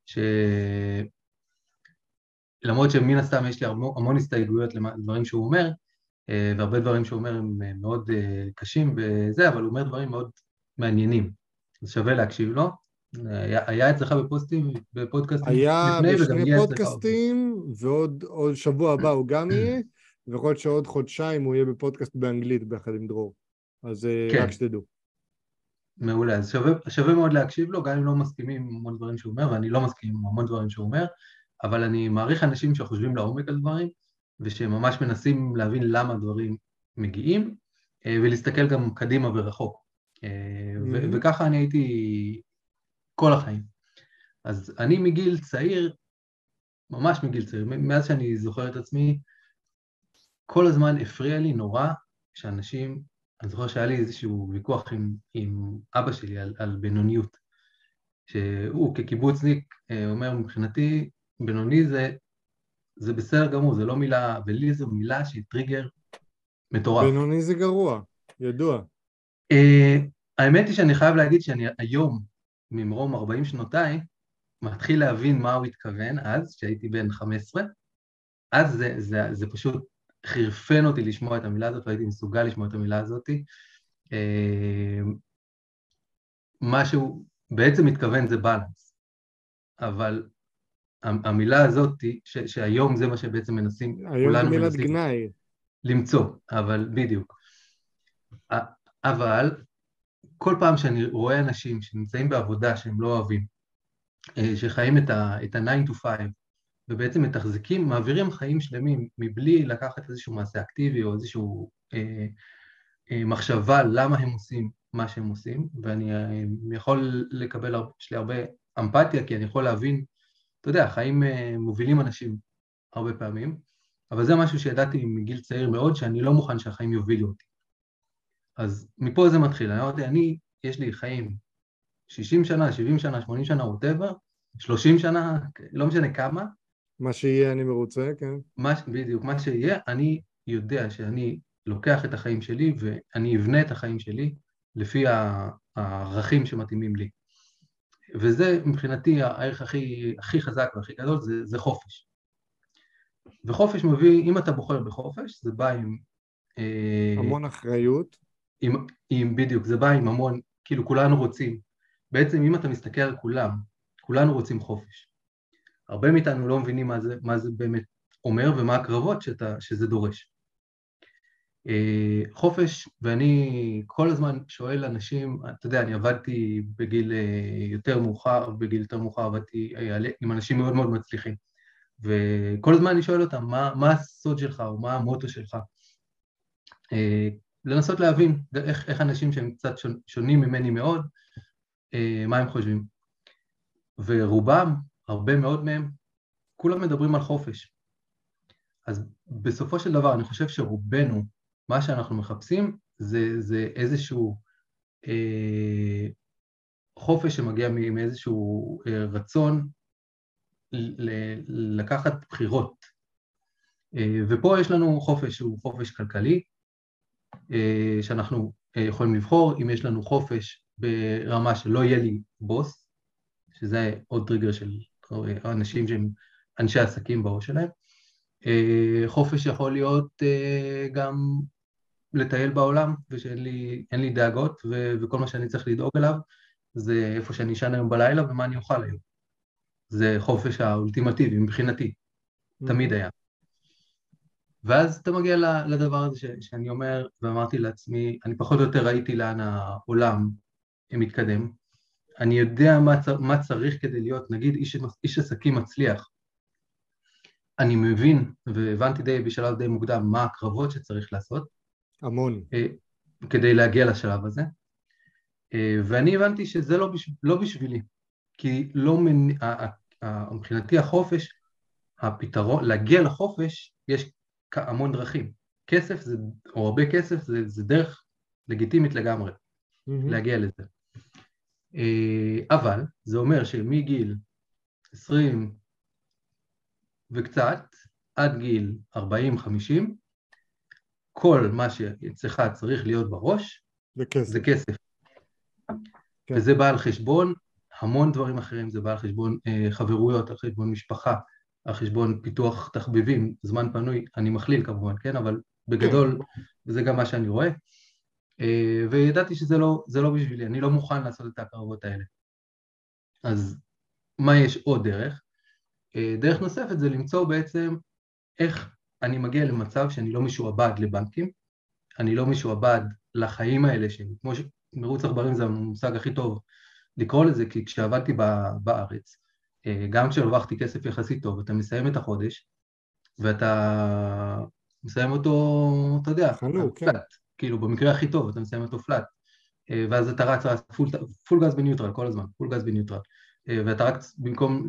למרות שמן הסתם יש לי המון הסתייגויות לדברים שהוא אומר, והרבה דברים שהוא אומר הם מאוד קשים וזה, אבל הוא אומר דברים מאוד מעניינים, אז שווה להקשיב לו. היה אצלך בפודקאסטים היה לפני, וגם בשני יהיה אצלך עוד. פודקאסטים, ועוד שבוע הבא הוא גם יהיה, ויכול להיות שעוד חודשיים הוא יהיה בפודקאסט באנגלית ביחד עם דרור. אז רק כן, שתדעו. מעולה, אז שווה מאוד להקשיב לו, גם אם לא מסכימים עם המון דברים שהוא אומר, ואני לא מסכים עם המון דברים שהוא אומר, אבל אני מעריך אנשים שחושבים לעומק על דברים, ושממש מנסים להבין למה דברים מגיעים, ולהסתכל גם קדימה ורחוק. וככה אני הייתי כל החיים. אז אני מגיל צעיר, ממש מגיל צעיר, מאז שאני זוכר את עצמי, כל הזמן הפריע לי נורא שאנשים, אני זוכר שהיה לי איזשהו ויכוח עם אבא שלי על בינוניות, שהוא כקיבוצניק אומר מבחינתי, בינוני זה בסדר גמור, זה לא מילה, ולי זו מילה שהיא טריגר מטורף. בינוני זה גרוע, ידוע. האמת היא שאני חייב להגיד שאני היום, ממרום 40 שנותיי, מתחיל להבין מה הוא התכוון אז, כשהייתי בן 15, אז זה פשוט חירפן אותי לשמוע את המילה הזאת, והייתי מסוגל לשמוע את המילה הזאת. מה שהוא בעצם מתכוון זה בלנס, אבל המילה הזאת, שהיום זה מה שבעצם מנסים, היום זה כולנו מילת מנסים גנאי. למצוא, אבל בדיוק. אבל כל פעם שאני רואה אנשים שנמצאים בעבודה שהם לא אוהבים, שחיים את ה-9 to 5, ובעצם מתחזקים, מעבירים חיים שלמים מבלי לקחת איזשהו מעשה אקטיבי או איזשהו מחשבה למה הם עושים מה שהם עושים, ואני יכול לקבל, יש לי הרבה אמפתיה, כי אני יכול להבין, אתה יודע, החיים מובילים אנשים הרבה פעמים, אבל זה משהו שידעתי מגיל צעיר מאוד, שאני לא מוכן שהחיים יובילו אותי. אז מפה זה מתחיל, אני אמרתי, יש לי חיים 60 שנה, 70 שנה, 80 שנה, whatever, 30 שנה, לא משנה כמה. מה שיהיה אני מרוצה, כן. בדיוק, מה שיהיה, אני יודע שאני לוקח את החיים שלי ואני אבנה את החיים שלי לפי הערכים שמתאימים לי. וזה מבחינתי הערך הכי חזק והכי גדול, זה חופש. וחופש מביא, אם אתה בוחר בחופש, זה בא עם... המון אחריות. בדיוק, זה בא עם המון, כאילו כולנו רוצים. בעצם אם אתה מסתכל על כולנו רוצים חופש. הרבה מאיתנו לא מבינים מה זה באמת אומר ומה הקרבות שזה דורש. חופש, ואני כל הזמן שואל אנשים, אתה יודע, אני עבדתי בגיל יותר מאוחר עבדתי עם אנשים מאוד מאוד מצליחים, וכל הזמן אני שואל אותם, מה הסוד שלך או מה המוטו שלך? לנסות להבין איך אנשים שהם קצת שונים ממני מאוד, מה הם חושבים. ורובם, הרבה מאוד מהם, כולם מדברים על חופש. אז בסופו של דבר, אני חושב שרובנו, מה שאנחנו מחפשים, זה איזשהו חופש שמגיע מאיזשהו רצון לקחת בחירות. ופה יש לנו חופש שהוא חופש כלכלי, שאנחנו יכולים לבחור, אם יש לנו חופש ברמה שלא יהיה לי בוס, שזה עוד טריגר של אנשים שהם אנשי עסקים בראש שלהם. חופש יכול להיות גם לטייל בעולם, ושאין לי דאגות, וכל מה שאני צריך לדאוג אליו, זה איפה שאני אשן היום בלילה, ומה אני אוכל היום. זה חופש האולטימטיבי, מבחינתי, תמיד היה. ואז אתה מגיע לדבר הזה שאני אומר, ואמרתי לעצמי, אני פחות או יותר ראיתי לאן העולם מתקדם, אני יודע מה צריך כדי להיות, נגיד, איש עסקים מצליח. אני מבין, והבנתי בשלב די מוקדם, מה הקרבות שצריך לעשות. המון. כדי להגיע לשלב הזה. ואני הבנתי שזה לא בשבילי, כי מבחינתי החופש, הפתרון, להגיע לחופש, יש המון דרכים. כסף, או הרבה כסף, זה דרך לגיטימית לגמרי, להגיע לזה. אבל זה אומר שמגיל 20 וקצת, עד גיל 40-50, כל מה שאצלך צריך להיות בראש, וכסף. זה כסף. כן. וזה בא על חשבון המון דברים אחרים, זה בא על חשבון חברויות, על חשבון משפחה, על חשבון פיתוח תחביבים, זמן פנוי, אני מכליל כמובן, כן, אבל כן. בגדול, זה גם מה שאני רואה. וידעתי שזה לא בשבילי, אני לא מוכן לעשות את ההקרבות האלה. אז מה יש עוד דרך? דרך נוספת זה למצוא בעצם איך אני מגיע למצב שאני לא משועבד לבנקים, אני לא משועבד לחיים האלה שלי, כמו שמרוץ עכברים זה המושג הכי טוב לקרוא לזה, כי כשעבדתי בארץ, גם כשהרווחתי כסף יחסית טוב, אתה מסיים את החודש, ואתה מסיים אותו, אתה יודע, על חנוק, כן. פלט, כאילו במקרה הכי טוב, אתה מסיים אותו פלט, ואז אתה רץ פול גז בניוטרל כל הזמן, פול גז בניוטרל, ואתה רק במקום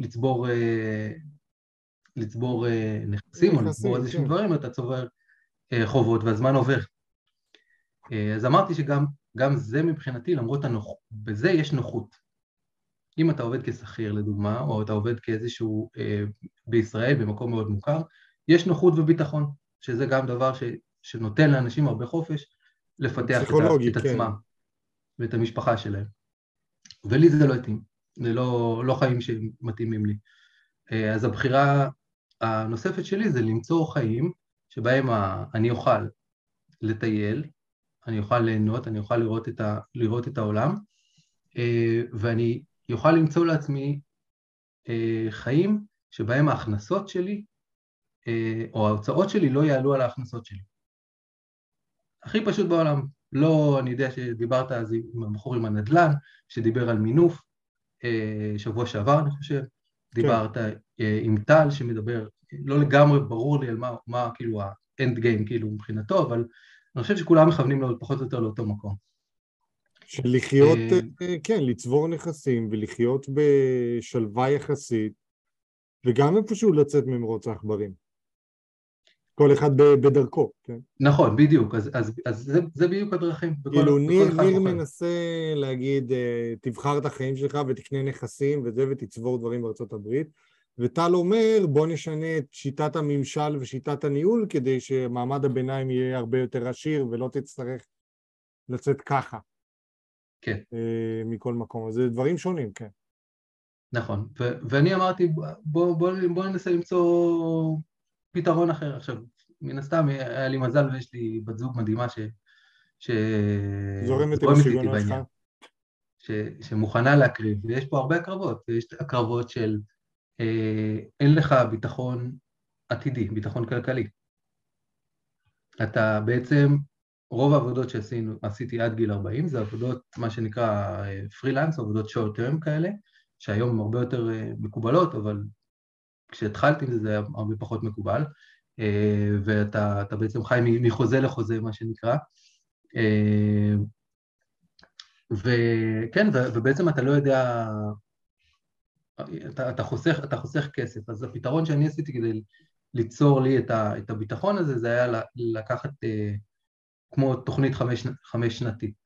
לצבור נכסים או לצבור נכסים, איזשהם כן. דברים, אתה צובר חובות והזמן עובר. אז אמרתי שגם זה מבחינתי, למרות בזה יש נוחות. אם אתה עובד כשכיר לדוגמה, או אתה עובד כאיזשהו בישראל במקום מאוד מוכר, יש נוחות וביטחון, שזה גם דבר שנותן לאנשים הרבה חופש לפתח פסיכולוגי, את כן. עצמם ואת המשפחה שלהם. ולי זה לא התאים, זה לא חיים שמתאימים לי. אז הבחירה הנוספת שלי זה למצוא חיים שבהם אני אוכל לטייל, אני אוכל ליהנות, אני אוכל לראות את העולם, ואני אוכל למצוא לעצמי חיים שבהם ההכנסות שלי, או ההוצאות שלי לא יעלו על ההכנסות שלי. הכי פשוט בעולם. לא, אני יודע שדיברת אז עם הבחור עם הנדל"ן, שדיבר על מינוף, שבוע שעבר אני חושב, כן. דיברת עם טל שמדבר, לא לגמרי ברור לי על מה כאילו האנד גיים כאילו מבחינתו, אבל אני חושב שכולם מכוונים לו פחות או יותר לאותו מקום. של לחיות, כן, לצבור נכסים ולחיות בשלווה יחסית, וגם איפשהו לצאת ממרוץ העכברים. כל אחד בדרכו, כן? נכון, בדיוק, אז זה בדיוק הדרכים, כאילו וכל אחד ניר בוחר. מנסה להגיד, תבחר את החיים שלך ותקנה נכסים וזה ותצבור דברים בארצות הברית, וטל אומר, בוא נשנה את שיטת הממשל ושיטת הניהול כדי שמעמד הביניים יהיה הרבה יותר עשיר ולא תצטרך לצאת ככה. כן. מכל מקום. אז זה דברים שונים, כן. נכון, ואני אמרתי, בוא ננסה למצוא פתרון אחר. עכשיו, מן הסתם היה לי מזל ויש לי בת זוג מדהימה זורמת עם שזורמת איתי השיגעונות שלך. בעניין, שמוכנה להקריב, ויש פה הרבה הקרבות, ויש הקרבות של אין לך ביטחון עתידי, ביטחון כלכלי. אתה בעצם, רוב העבודות שעשיתי עד גיל 40, זה עבודות, מה שנקרא פרילנס, עבודות short term כאלה, שהיום הן הרבה יותר מקובלות, אבל כשהתחלתי עם זה, זה היה הרבה פחות מקובל, ואתה בעצם חי מחוזה לחוזה, מה שנקרא, וכן, ובעצם אתה לא יודע, אתה חוסך כסף, אז הפתרון שאני עשיתי כדי ליצור לי את הביטחון הזה, זה היה לקחת כמו תוכנית 5 שנתית.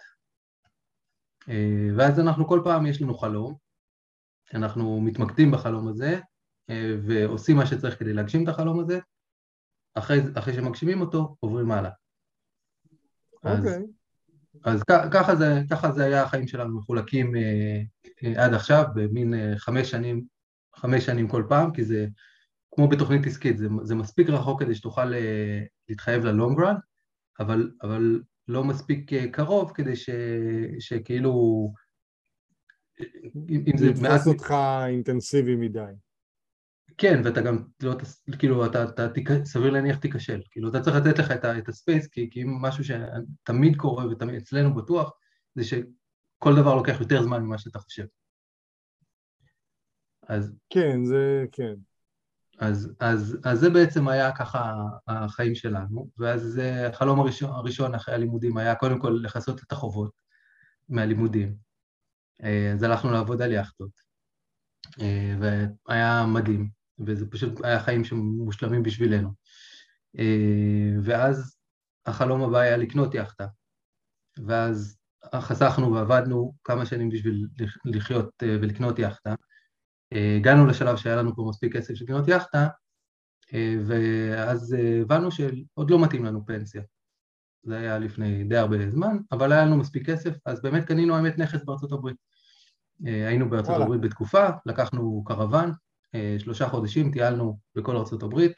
ואז אנחנו כל פעם יש לנו חלום, אנחנו מתמקדים בחלום הזה, ועושים מה שצריך כדי להגשים את החלום הזה, אחרי שמגשימים אותו, עוברים הלאה. אוקיי. אז ככה זה היה החיים שלנו מחולקים עד עכשיו, במין 5 שנים כל פעם, כי זה כמו בתוכנית עסקית, זה מספיק רחוק כדי שתוכל להתחייב ללונג רן, אבל לא מספיק קרוב כדי שכאילו, אם זה מעט... לתפוס אותך אינטנסיבי מדי. כן, ואתה גם, כאילו, סביר להניח תיכשל, כאילו, אתה צריך לתת לך את הספייס, כי משהו שתמיד קורה ותמיד אצלנו בטוח, זה שכל דבר לוקח יותר זמן ממה שאתה חושב. כן, זה כן. אז זה בעצם היה ככה החיים שלנו, ואז החלום הראשון אחרי הלימודים היה קודם כל לכסות את החובות מהלימודים. אז הלכנו לעבוד על יאכטות, והיה מדהים, וזה פשוט היה חיים שמושלמים בשבילנו. ואז החלום הבא היה לקנות יאכטה, ואז חסכנו ועבדנו כמה שנים בשביל לחיות ולקנות יאכטה. הגענו לשלב שהיה לנו פה מספיק כסף של לקנות יאכטה, ואז הבנו שעוד לא מתאים לנו פנסיה. זה היה לפני די הרבה זמן, אבל היה לנו מספיק כסף, אז באמת קנינו האמת נכס בארצות הברית. היינו בארצות וואלה. הברית בתקופה, לקחנו קרוון, 3 חודשים, טיילנו בכל ארצות הברית,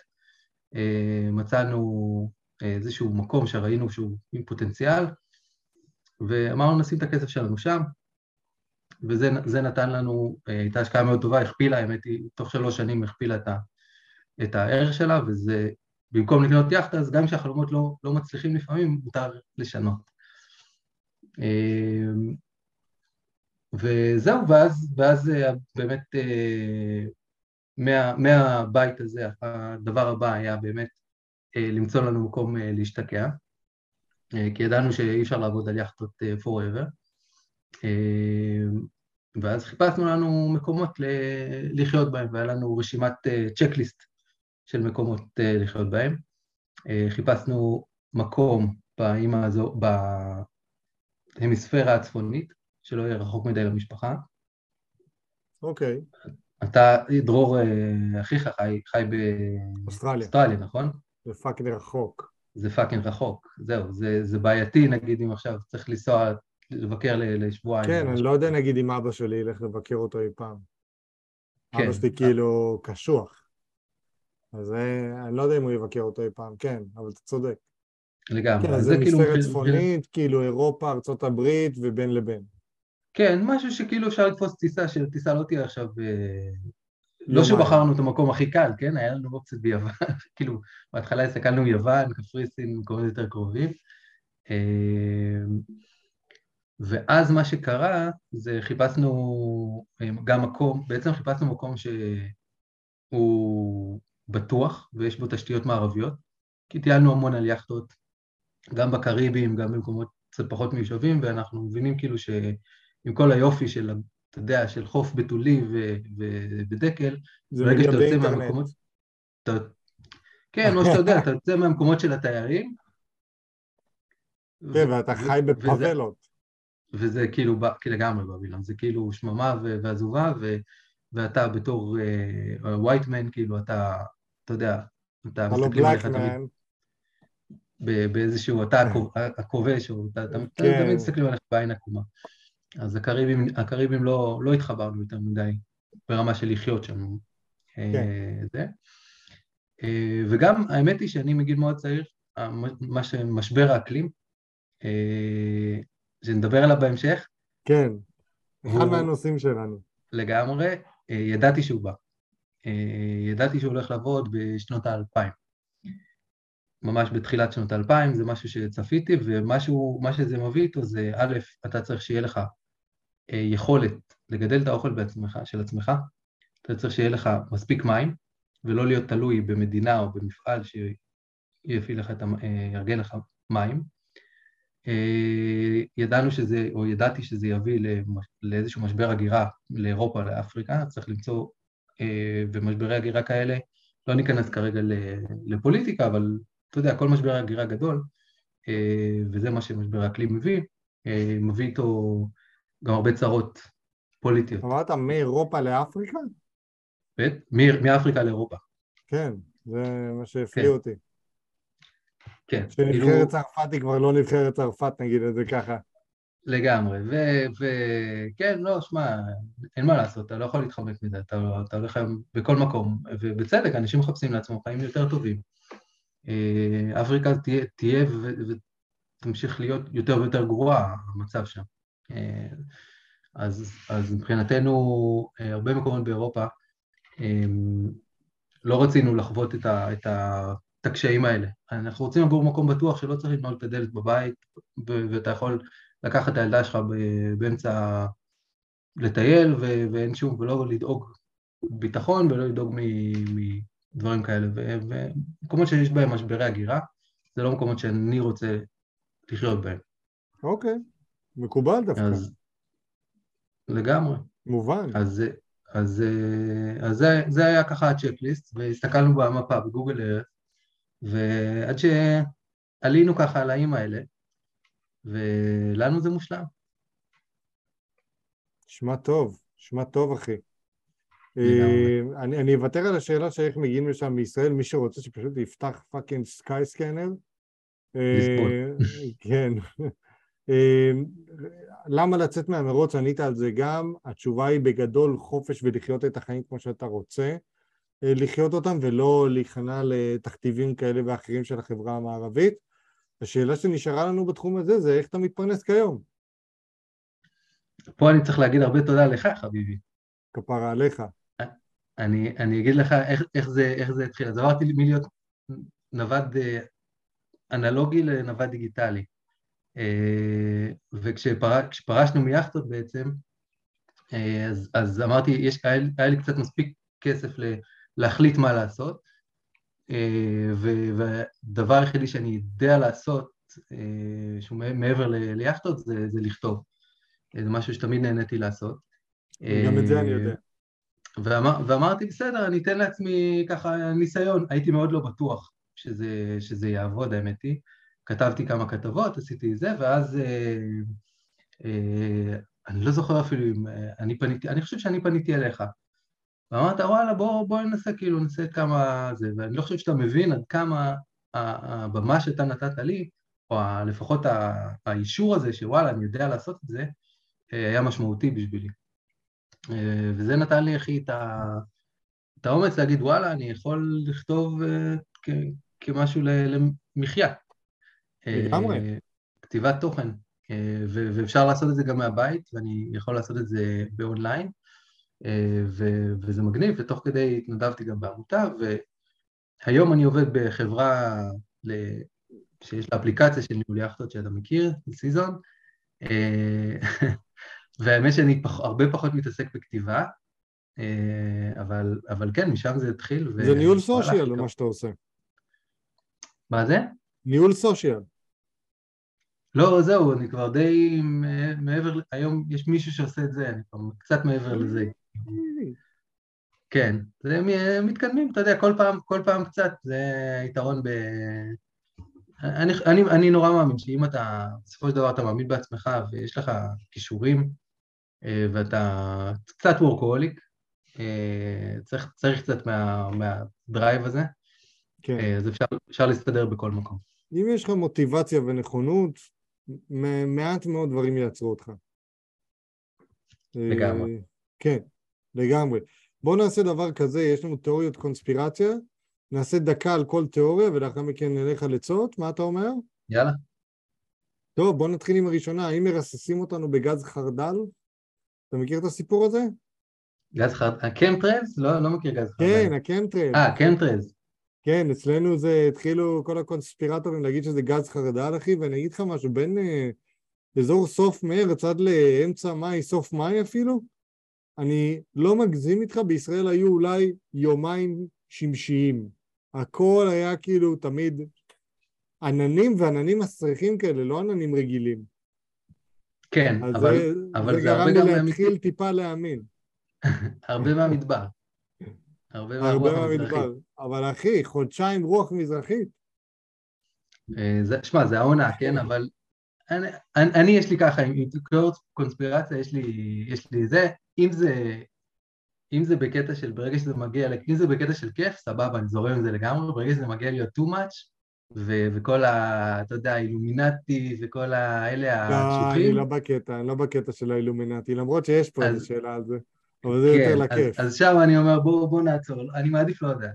מצאנו איזשהו מקום שראינו שהוא עם פוטנציאל, ואמרנו נשים את הכסף שלנו שם, וזה נתן לנו, הייתה השקעה מאוד טובה, הכפילה, האמת היא, תוך 3 שנים הכפילה את הערך שלה, וזה, במקום לקנות יאכטה, אז גם כשהחלומות לא מצליחים לפעמים, מותר לשנות. וזהו, ואז באמת מהבית הזה, הדבר הבא היה באמת למצוא לנו מקום להשתקע, כי ידענו שאי אפשר לעבוד על יאכטות forever, ואז חיפשנו לנו מקומות לחיות בהם, והיה לנו רשימת צ'קליסט של מקומות לחיות בהם. חיפשנו מקום בהמיספירה הצפונית, שלא יהיה רחוק מדי למשפחה. אוקיי. אתה, דרור, אחיך חי אוסטרליה. באוסטרליה, נכון? זה פאקינג רחוק. זה פאקינג רחוק, זהו, זה בעייתי, נגיד, אם עכשיו צריך לנסוע, לבקר לשבועיים. כן, אני לא יודע, נגיד, אם אבא שלי ילך לבקר אותו אי פעם. כן. אבא שלי כאילו קשוח. אז אני לא יודע אם הוא יבקר אותו אי פעם, כן, אבל אתה צודק. לגמרי. כן, אז זה מספרת צפונית, כאילו אירופה, ארצות הברית ובין לבין. כן, משהו שכאילו אפשר לתפוס טיסה, שטיסה לא תהיה עכשיו, לא שבחרנו את המקום הכי קל, כן? היה לנו אופציות ביוון, כאילו, בהתחלה הסתכלנו יוון, קפריסין, מקומות יותר קרובים, ואז מה שקרה, זה חיפשנו גם מקום, בעצם חיפשנו מקום שהוא בטוח, ויש בו תשתיות מערביות, כי טיילנו המון על יאכטות, גם בקריבים, גם במקומות קצת פחות מיושבים, ואנחנו מבינים כאילו שעם כל היופי של, אתה יודע, של חוף בתולי ובדקל, ברגע שאתה יוצא מהמקומות, כן, או שאתה יודע, אתה יוצא מהמקומות של התיירים, כן, ואתה חי בפאבלות. וזה כאילו לגמרי בבילון, זה כאילו שממה ועזובה, ואתה בתור ווייטמן, כאילו אתה יודע, אתה מסתכלים עליך תמיד, באיזשהו, אתה הכובש, או תמיד מסתכלים עליך בעין עקומה. אז הקריבים לא התחברנו יותר מדי, ברמה של לחיות שם. וגם האמת היא שאני מגיל מאוד צעיר, משבר האקלים, שנדבר עליו בהמשך. כן, אחד מהנושאים שלנו. לגמרי, ידעתי שהוא בא. ידעתי שהוא הולך לעבוד בשנות ה-2000. ממש בתחילת שנות ה-2000, זה משהו שצפיתי, ומה שזה מביא איתו זה, א', אתה צריך שיהיה לך יכולת לגדל את האוכל של עצמך, אתה צריך שיהיה לך מספיק מים, ולא להיות תלוי במדינה או במפעל יארגן לך מים. ידעתי שזה יביא לאיזשהו משבר הגירה לאירופה, לאפריקה, צריך למצוא במשברי הגירה כאלה, לא ניכנס כרגע לפוליטיקה, אבל אתה יודע, כל משבר הגירה גדול, וזה מה שמשבר האקלים מביא איתו גם הרבה צרות פוליטיות. אמרת מאירופה לאפריקה? מאפריקה לאירופה. כן, זה מה שהפליא אותי. כן. שנבחרת צרפת היא כבר לא נבחרת צרפת, נגיד את זה ככה. לגמרי, וכן, לא, שמע, אין מה לעשות, אתה לא יכול להתחמק מזה, אתה הולך היום בכל מקום, ובצדק, אנשים מחפשים לעצמם חיים יותר טובים. אפריקה תהיה ותמשיך להיות יותר ויותר גרועה, המצב שם. אז מבחינתנו, הרבה מקומות באירופה, לא רצינו לחוות את הקשיים האלה. אנחנו רוצים לגור במקום בטוח שלא צריך לבנות את הדלת בבית, ואתה יכול לקחת את הילדה שלך באמצע לטייל, ואין שום, ולא לדאוג ביטחון, ולא לדאוג מדברים כאלה. ומקומות שיש בהם משברי הגירה, זה לא מקומות שאני רוצה לחיות בהם. אוקיי, מקובל דווקא. לגמרי. מובן. אז זה היה ככה הצ'קליסט, והסתכלנו במפה בגוגל ארת, ועד שעלינו ככה על האיים האלה, ולנו זה מושלם. שמע טוב אחי. לגמרי. אני אוותר על השאלה של איך מגיעים לשם מישראל, מי שרוצה שפשוט יפתח פאקינג סקאי סקנר. לסבול. כן. אה, למה לצאת מהמרוץ? ענית על זה גם. התשובה היא בגדול חופש ולחיות את החיים כמו שאתה רוצה לחיות אותם, ולא להיכנע לתכתיבים כאלה ואחרים של החברה המערבית. השאלה שנשארה לנו בתחום הזה זה איך אתה מתפרנס כיום. פה אני צריך להגיד הרבה תודה לך, חביבי. כפרה עליך. אני אגיד לך איך זה התחיל. אז עברתי מלהיות נווד אנלוגי לנווד דיגיטלי. וכשפרשנו מיאכטות בעצם, אז אמרתי, היה לי קצת מספיק כסף להחליט מה לעשות, והדבר היחידי שאני יודע לעשות, שהוא מעבר ליאכטות, זה לכתוב. זה משהו שתמיד נהניתי לעשות. גם את זה אני יודע. ואמרתי, בסדר, אני אתן לעצמי ככה ניסיון. הייתי מאוד לא בטוח שזה יעבוד, האמת היא. כתבתי כמה כתבות, עשיתי זה, ואז אני לא זוכר אפילו אם אני חושב שאני פניתי אליך. ואמרת, וואלה, בוא ננסה, כאילו, ננסה כמה זה, ואני לא חושב שאתה מבין עד כמה הבמה שאתה נתת לי, או לפחות האישור הזה, שוואלה, אני יודע לעשות את זה, היה משמעותי בשבילי. וזה נתן לי, אחי, את האומץ להגיד, וואלה, אני יכול לכתוב כמשהו למחיה. לגמרי. כתיבת תוכן, ואפשר לעשות את זה גם מהבית, ואני יכול לעשות את זה באונליין, וזה מגניב, ותוך כדי התנדבתי גם בעמותה, והיום אני עובד בחברה שיש לה אפליקציה של ניהול יאכטות שאתה מכיר, סיזון, והאמת שאני הרבה פחות מתעסק בכתיבה, אבל כן, משם זה התחיל. זה ניהול סושיאל, מה שאתה עושה. מה זה? ניהול סושיאל. לא, זהו, אני כבר די מעבר, היום יש מישהו שעושה את זה, אני כבר קצת מעבר לזה. כן, זה מתקדמים, אתה יודע, כל פעם קצת, זה יתרון אני נורא מאמין שאם אתה, בסופו של דבר אתה מאמין בעצמך ויש לך כישורים, ואתה קצת וורקוהוליק, צריך קצת מהדרייב הזה, כן. אז אפשר להסתדר בכל מקום. אם יש לך מוטיבציה ונכונות, מעט מאוד דברים יעצרו אותך. לגמרי. כן, לגמרי. בואו נעשה דבר כזה, יש לנו תיאוריות קונספירציה, נעשה דקה על כל תיאוריה, ולאחר מכן נלך על עצות, מה אתה אומר? יאללה. טוב, בואו נתחיל עם הראשונה, האם מרססים אותנו בגז חרדל? אתה מכיר את הסיפור הזה? גז חרדל, הקמטרז? לא מכיר גז חרדל. כן, הקמטרז. הקמטרז. כן, אצלנו זה התחילו כל הקונספירטורים להגיד שזה גז חרדל, אחי, ואני אגיד לך משהו, בין אזור סוף מרץ עד לאמצע מאי, סוף מאי אפילו, אני לא מגזים איתך, בישראל היו אולי יומיים שמשיים. הכל היה כאילו תמיד עננים ועננים מסריחים כאלה, לא עננים רגילים. כן, אבל זה גרם לי להתחיל טיפה להאמין. הרבה מהמדבר. הרבה מהרוח המזרחית. אבל אחי, חודשיים רוח מזרחית. שמע, זה העונה, כן, אבל אני יש לי ככה, עם תיאוריות קונספירציה, יש לי זה, אם זה בקטע של, ברגע שזה מגיע, אם זה בקטע של כיף, סבבה, אני זורם עם זה לגמרי, ברגע שזה מגיע להיות too much, וכל אתה יודע, האילומינטי וכל האלה הקשוחים. אני לא בקטע של האילומינטי, למרות שיש פה איזו שאלה על זה, אבל זה יותר לכיף. אז שם אני אומר, בוא נעצור, אני מעדיף לא יודע.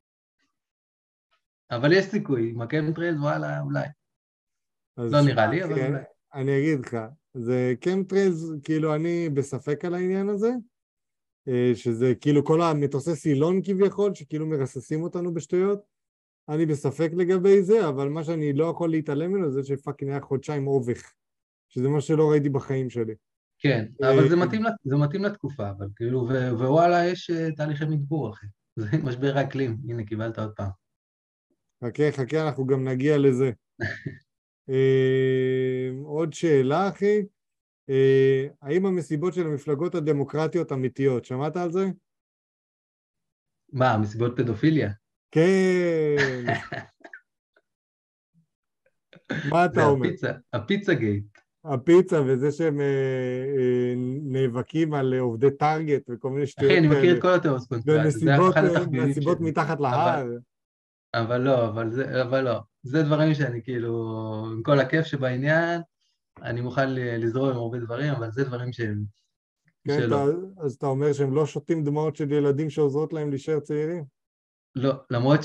אבל יש סיכוי, עם הקמטרייז, וואלה, אולי. לא נראה לי, אבל אולי. אני אגיד לך, זה קמטרייז, כאילו אני בספק על העניין הזה, שזה כאילו כל המטוסי סילון כביכול, שכאילו מרססים אותנו בשטויות, אני בספק לגבי זה, אבל מה שאני לא יכול להתעלם ממנו זה שפאקינג היה חודשיים אובך, שזה מה שלא ראיתי בחיים שלי. כן, אבל זה מתאים לתקופה, אבל כאילו, ווואלה, יש תהליכי מדבור, אחי. זה משבר האקלים, הנה, קיבלת עוד פעם. חכה, אנחנו גם נגיע לזה. עוד שאלה, אחי. האם המסיבות של המפלגות הדמוקרטיות אמיתיות? שמעת על זה? מה, מסיבות פדופיליה? כן. מה אתה זה אומר? הפיצה גייט. הפיצה וזה שהם נאבקים על עובדי טארגט וכל מיני אחי, שטויות אני מכיר כאלה, את כל התיאוריות קונספירציה, זה ומסיבות אחד התחביבים מסיבות שלי. מתחת אבל, להר. אבל לא. זה דברים שאני כאילו, עם כל הכיף שבעניין, אני מוכן לזרום עם הרבה דברים, אבל זה דברים שהם כן, שלא. אז אתה אומר שהם לא שותים דמעות של ילדים שעוזרות להם להישאר צעירים? לא, למרות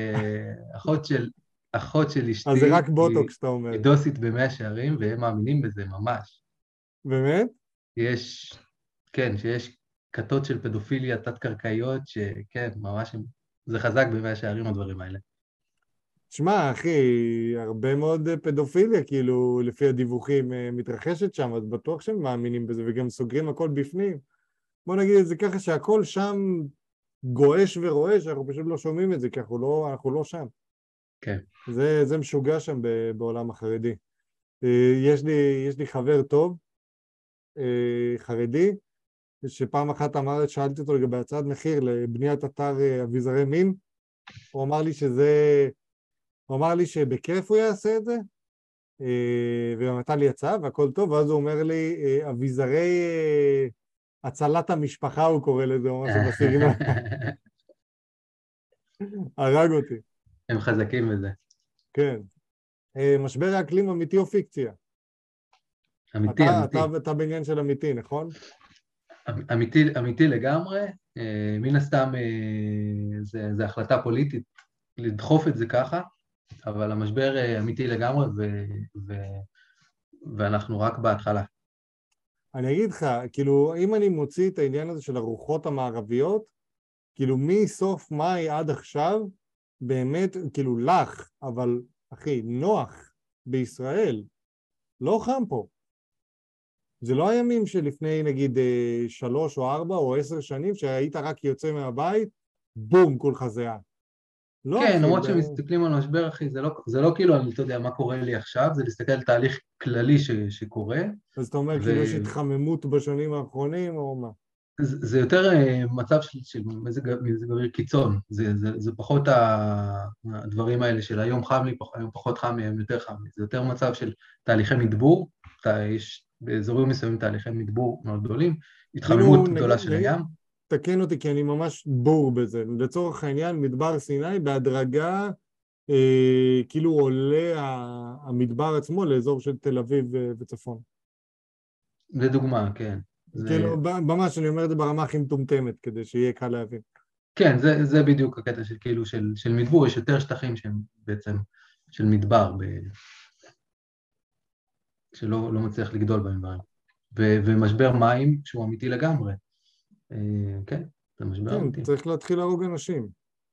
שאחות של אז זה אשתי רק היא בוטוקס, אתה אומר. היא דוסית במאה שערים, והם מאמינים בזה ממש. באמת? יש, כן, שיש כתות של פדופיליה תת-קרקעיות, שכן, ממש, זה חזק במאה שערים הדברים האלה. תשמע, אחי, הרבה מאוד פדופיליה, כאילו, לפי הדיווחים, מתרחשת שם, אז בטוח שהם מאמינים בזה, וגם סוגרים הכל בפנים. בוא נגיד את זה ככה, שהכל שם גועש ורועש, אנחנו פשוט לא שומעים את זה, כי אנחנו לא שם. כן. זה משוגע שם בעולם החרדי. יש לי חבר טוב, חרדי, שפעם אחת שאלתי אותו לגבי הצעת מחיר לבניית אתר אביזרי מין, הוא אמר לי הוא אמר לי שבכיף הוא יעשה את זה, וגם נתן לי הצעה והכל טוב, ואז הוא אומר לי, אביזרי הצלת המשפחה הוא קורא לזה, או משהו בסגנון, הרג אותי. הם חזקים בזה. כן. משבר האקלים אמיתי או פיקציה? אמיתי, אתה בעניין של אמיתי, נכון? אמיתי לגמרי. מן הסתם זה החלטה פוליטית לדחוף את זה ככה, אבל המשבר אמיתי לגמרי, ואנחנו רק בהתחלה. אני אגיד לך, כאילו, אם אני מוציא את העניין הזה של הרוחות המערביות, כאילו מסוף מאי עד עכשיו, באמת, כאילו לך, אבל אחי, נוח בישראל, לא חם פה. זה לא הימים שלפני נגיד 3 או 4 או 10 שנים, שהיית רק יוצא מהבית, בום, כולך זהה. לא כן, אחי, למרות שמסתכלים על משבר, אחי, זה לא כאילו, אני לא יודע מה קורה לי עכשיו, זה להסתכל על תהליך כללי שקורה, אז אתה אומר כאילו יש התחממות בשנים האחרונים או מה? וזה יותר מצב של מזג אוויר קיצון, זה פחות הדברים האלה של היום חם לי, היום פחות חם לי, היום יותר חם לי, זה יותר מצב של תהליכי מדבור, יש באזורים מסוימים תהליכי מדבור מאוד גדולים, כאילו, התחממות גדולה של הים. תקן אותי כי אני ממש בור בזה. לצורך העניין, מדבר סיני בהדרגה, כאילו עולה המדבר עצמו לאזור של תל אביב וצפון. לדוגמה, כן. כאילו, ממש אני אומר את זה ברמה הכי מטומטמת, כדי שיהיה קל להבין. כן, זה בדיוק הקטע של כאילו של מדבור, יש יותר שטחים שהם בעצם של מדבר, שלא לא מצליח לגדול בהם דברים. ומשבר מים שהוא אמיתי לגמרי. כן, זה משבר כן, אמיתי. צריך להתחיל להרוג אנשים.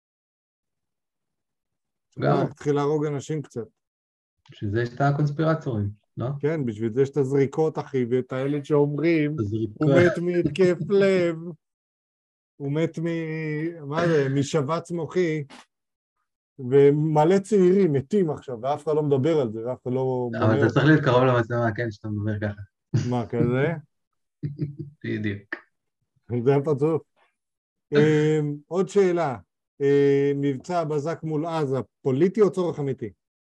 צריך גם, להתחיל להרוג אנשים קצת. בשביל זה יש את הקונספירטורים, לא? כן, בשביל זה יש את הזריקות, אחי, ואת האלה שאומרים, אז הוא מת מהתקף לב, הוא מת מה זה, משבץ מוחי, ומלא צעירים מתים עכשיו, ואף אחד לא מדבר על זה, ואף אחד לא אבל מונה אתה צריך אותם. להיות קרוב למצלמה, כן, שאתה מדבר ככה. מה, כזה? בדיוק. זה הפרצוף. עוד שאלה, מבצע הבזק מול עזה, פוליטי או צורך אמיתי?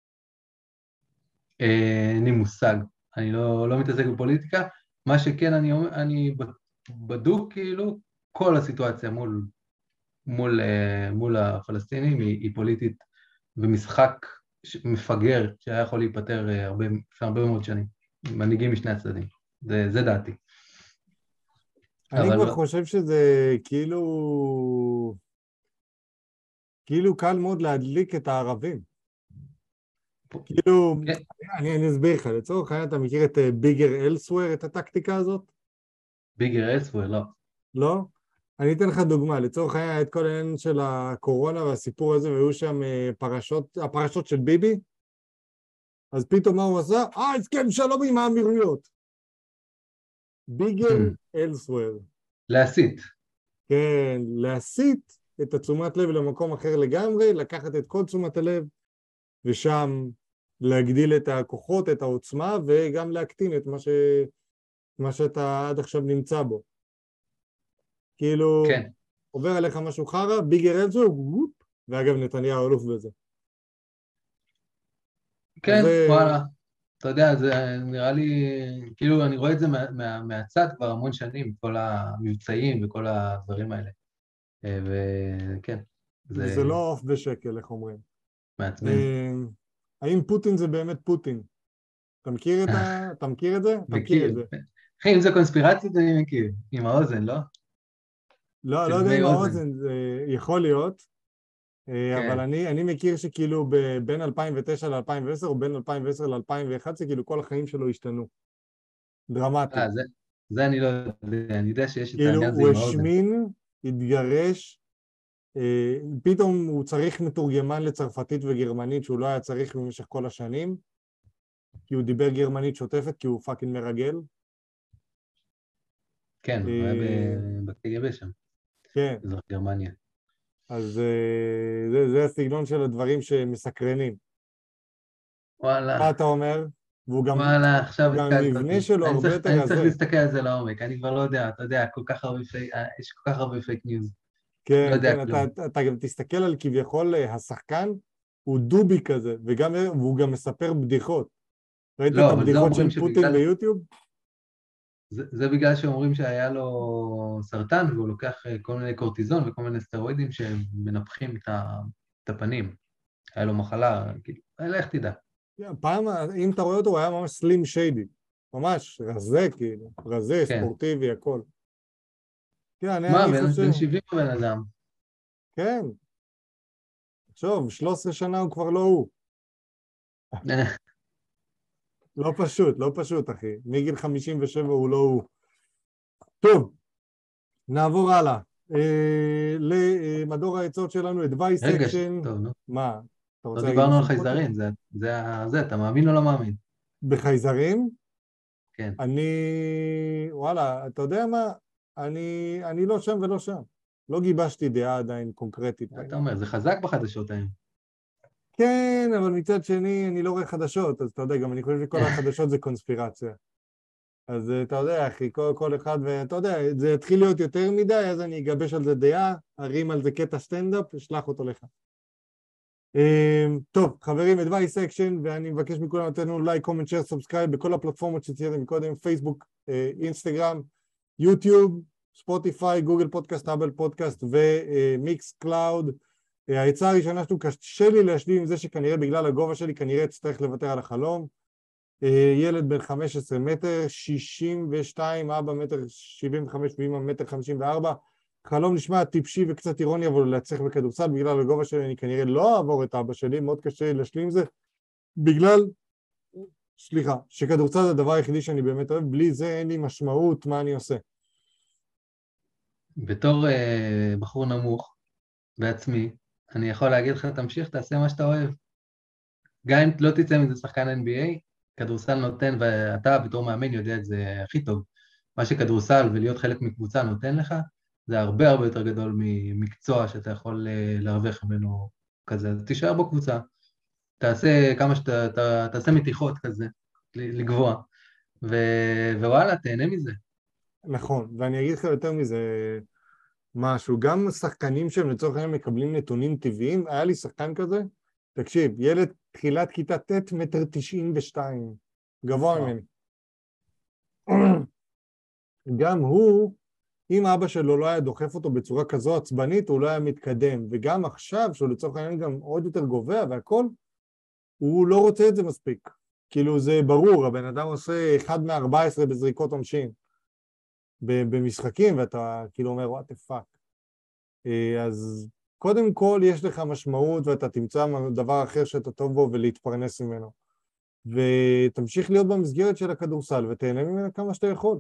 אין לי מושג, אני לא מתעסק בפוליטיקה, מה שכן אני בדוק כאילו, כל הסיטואציה מול הפלסטינים היא פוליטית, ומשחק מפגר שהיה יכול להיפטר לפני הרבה מאוד שנים, מנהיגים משני הצדדים, זה דעתי. אני כבר אבל חושב שזה כאילו קל מאוד להדליק את הערבים. כאילו, כן, אני אסביר לך, לצורך העניין אתה מכיר את ביגר אלסוור, את הטקטיקה הזאת? ביגר אלסוור, לא. לא? אני אתן לך דוגמה, לצורך העניין את כל העניין של הקורונה והסיפור הזה, והיו שם הפרשות של ביבי, אז פתאום מה הוא עשה? הסכם שלום עם האמירויות. ביגר אלסוור. להסית. כן, להסיט את התשומת לב למקום אחר לגמרי, לקחת את כל תשומת הלב, ושם להגדיל את הכוחות, את העוצמה, וגם להקטין את מה שאתה עד עכשיו נמצא בו. כאילו, כן. עובר עליך משהו חרא, ביגר אלסוור, ואגב נתניהו אלוף בזה. כן, וואלה. אתה יודע, זה נראה לי, כאילו, אני רואה את זה מהצד כבר המון שנים, כל המבצעים וכל הדברים האלה. וכן, וזה זה לא עוף בשקל, איך אומרים. מעצבן. אה, האם פוטין זה באמת פוטין? אתה מכיר את זה? אתה מכיר את מכיר. זה. אחי, אם זה קונספירציות, אני מכיר. עם האוזן, לא? לא יודע צילומי אם אוזן. האוזן זה יכול להיות, אבל כן. אני מכיר שכאילו בין 2009 ל-2010 או בין 2010 ל-2011, כאילו כל החיים שלו השתנו. דרמטית. זה אני לא יודע, אני יודע שיש את כאילו העניין הזה הוא עם האוזן. השמין, התגרש, פתאום הוא צריך מתורגמן לצרפתית וגרמנית שהוא לא היה צריך במשך כל השנים, כי הוא דיבר גרמנית שוטפת, כי הוא פאקינג מרגל. כן, הוא היה אה, בקג"ב שם, כן, במזרח גרמניה. אז זה הסגנון של הדברים שמסקרנים. מה וואלה, אתה אומר? והוא גם, וואלה, עכשיו גם התקלת המבנה אותי. שלו הרבה יותר אני צריך רזה. להסתכל על זה לעומק, אני כבר לא יודע, אתה יודע, כל כך הרבה פייק, יש כל כך הרבה פייק ניוז. לא כן, יודע כן, כלום. אתה גם תסתכל על כביכול השחקן, הוא דובי כזה, והוא גם מספר בדיחות. ראית את לא, אבל זה הבדיחות אומרים של פוטין שבגלל, ביוטיוב? זה בגלל שאומרים שהיה לו סרטן והוא לוקח כל מיני קורטיזון וכל מיני סטרואידים שמנפחים את הפנים. היה לו מחלה, כאילו, לך תדע. כן, פעם, אם אתה רואה אותו, הוא היה ממש סלים שיידי. ממש רזה, כאילו. רזה, כן. ספורטיבי, הכל. כן, מה, אני חושב... בן 70 הבן אדם. כן, תחשוב, 13 שנה הוא כבר לא הוא. לא פשוט, לא פשוט, אחי. מגיל 57 הוא לא הוא. טוב, נעבור הלאה. למדור העצות שלנו, advice רגע, section. טוב, נו. מה? אתה לא רוצה להגיד דיברנו על משהו על פוטין? חייזרים, זה, אתה מאמין או לא מאמין? בחייזרים? כן. אני... וואלה, אתה יודע מה? אני לא שם ולא שם. לא גיבשתי דעה עדיין קונקרטית מה אתה בעניין. אומר? זה חזק בחדשות היום. כן, אבל מצד שני, אני לא רואה חדשות, אז אתה יודע, גם אני חושב שכל החדשות זה קונספירציה. אז אתה יודע, אחי, כל אחד, ואתה יודע, זה יתחיל להיות יותר מדי, אז אני אגבש על זה דעה, ארים על זה קטע סטנדאפ, אשלח אותו לך. טוב, חברים, advice section, ואני מבקש מכולם לתת לנו לייק, קומנט, שייר, סאבסקרייב בכל הפלטפורמות שציירתם קודם, פייסבוק, אינסטגרם, יוטיוב, ספוטיפיי, גוגל פודקאסט, אפל פודקאסט ומיקס קלאוד. העצה הראשונה שלנו, קשה לי להשלים עם זה שכנראה בגלל הגובה שלי כנראה אצטרך לוותר על החלום. ילד בן 15 מטר, 62, אבא מטר 75 ואמא מטר 54. חלום נשמע טיפשי וקצת אירוני, אבל להצליח בכדורסל, בגלל הגובה שלי אני כנראה לא אעבור את אבא שלי, מאוד קשה להשלים עם זה, בגלל, סליחה, שכדורסל זה הדבר היחידי שאני באמת אוהב, בלי זה אין לי משמעות מה אני עושה. בתור בחור נמוך בעצמי, אני יכול להגיד לך, תמשיך, תעשה מה שאתה אוהב. גם אם לא תצא מזה שחקן NBA, כדורסל נותן, ואתה בתור מאמן יודע את זה הכי טוב. מה שכדורסל ולהיות חלק מקבוצה נותן לך, זה הרבה הרבה יותר גדול ממקצוע שאתה יכול להרוויח ממנו כזה. אז תישאר בקבוצה, תעשה כמה תעשה מתיחות כזה, לגבוה, ווואלה, תהנה מזה. נכון, ואני אגיד לך יותר מזה משהו, גם שחקנים שהם לצורך העניין מקבלים נתונים טבעיים, היה לי שחקן כזה, תקשיב, ילד תחילת כיתה ט' מטר 92, גבוה וואו. ממני. גם הוא, אם אבא שלו לא היה דוחף אותו בצורה כזו עצבנית, הוא לא היה מתקדם. וגם עכשיו, שהוא לצורך העניין גם עוד יותר גובע והכל, הוא לא רוצה את זה מספיק. כאילו זה ברור, הבן אדם עושה 1 מ-14 בזריקות עונשין במשחקים, ואתה כאילו אומר, what the fuck. אז קודם כל יש לך משמעות, ואתה תמצא דבר אחר שאתה טוב בו ולהתפרנס ממנו. ותמשיך להיות במסגרת של הכדורסל, ותהנה ממנו כמה שאתה יכול.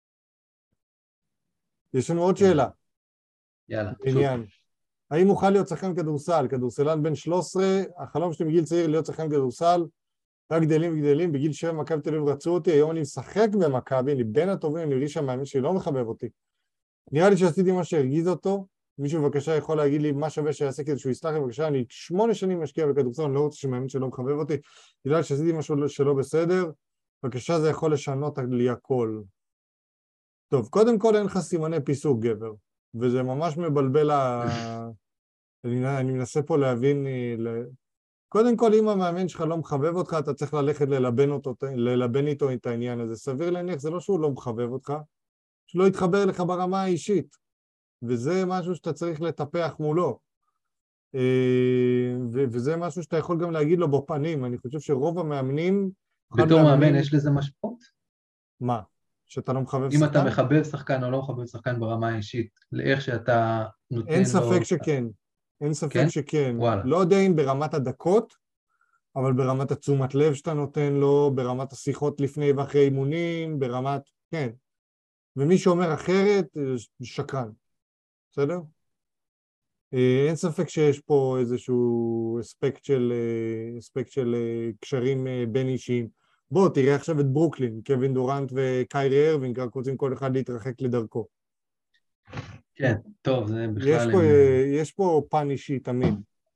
יש לנו עוד כן, שאלה. יאללה, שוט. בעניין. האם אוכל להיות שחקן כדורסל? כדורסלן בן 13, החלום שלי מגיל צעיר להיות שחקן כדורסל, רק גדלים וגדלים, בגיל 7 מכבי תל אביב רצו אותי, היום אני משחק במכבי, אני בין הטובים, אני מרגיש שהמאמן שלי לא מחבב אותי. נראה לי שעשיתי מה שהרגיז אותו, מישהו בבקשה יכול להגיד לי מה שווה שיעשה כדי שהוא יסלח לי, בבקשה, אני 8 שנים משקיע בכדורסל, אני לא רוצה שמאמן שלא מחבב אותי, בגלל שעשיתי משהו שלא בסדר, בבקשה זה יכול לשנות לי הכל. טוב, קודם כל אין לך סימני פיסוק גבר, וזה ממש מבלבל אני מנסה פה להבין, קודם כל, אם המאמן שלך לא מחבב אותך, אתה צריך ללכת ללבן איתו את העניין הזה. סביר להניח, זה לא שהוא לא מחבב אותך, שלא יתחבר לך ברמה האישית, וזה משהו שאתה צריך לטפח מולו. וזה משהו שאתה יכול גם להגיד לו בפנים. אני חושב שרוב המאמנים, בתור מאמן יש לזה משמעות? מה? שאתה לא מחבב אם אתה שחקן? מחבב שחקן או לא מחבב שחקן ברמה האישית, לאיך שאתה אין נותן ספק לו... שכן. אין ספק כן? שכן. וואלה. לא יודע אם ברמת הדקות, אבל ברמת התשומת לב שאתה נותן לו, ברמת השיחות לפני ואחרי אימונים, ברמת... כן. ומי שאומר אחרת, שקרן. בסדר? אין ספק שיש פה איזשהו אספקט של קשרים בין אישיים. בוא, תראה עכשיו את ברוקלין, קווין דורנט וקיירי ארווינג, רק רוצים כל אחד להתרחק לדרכו. כן, טוב, זה בכלל... יש פה פן אישי תמיד.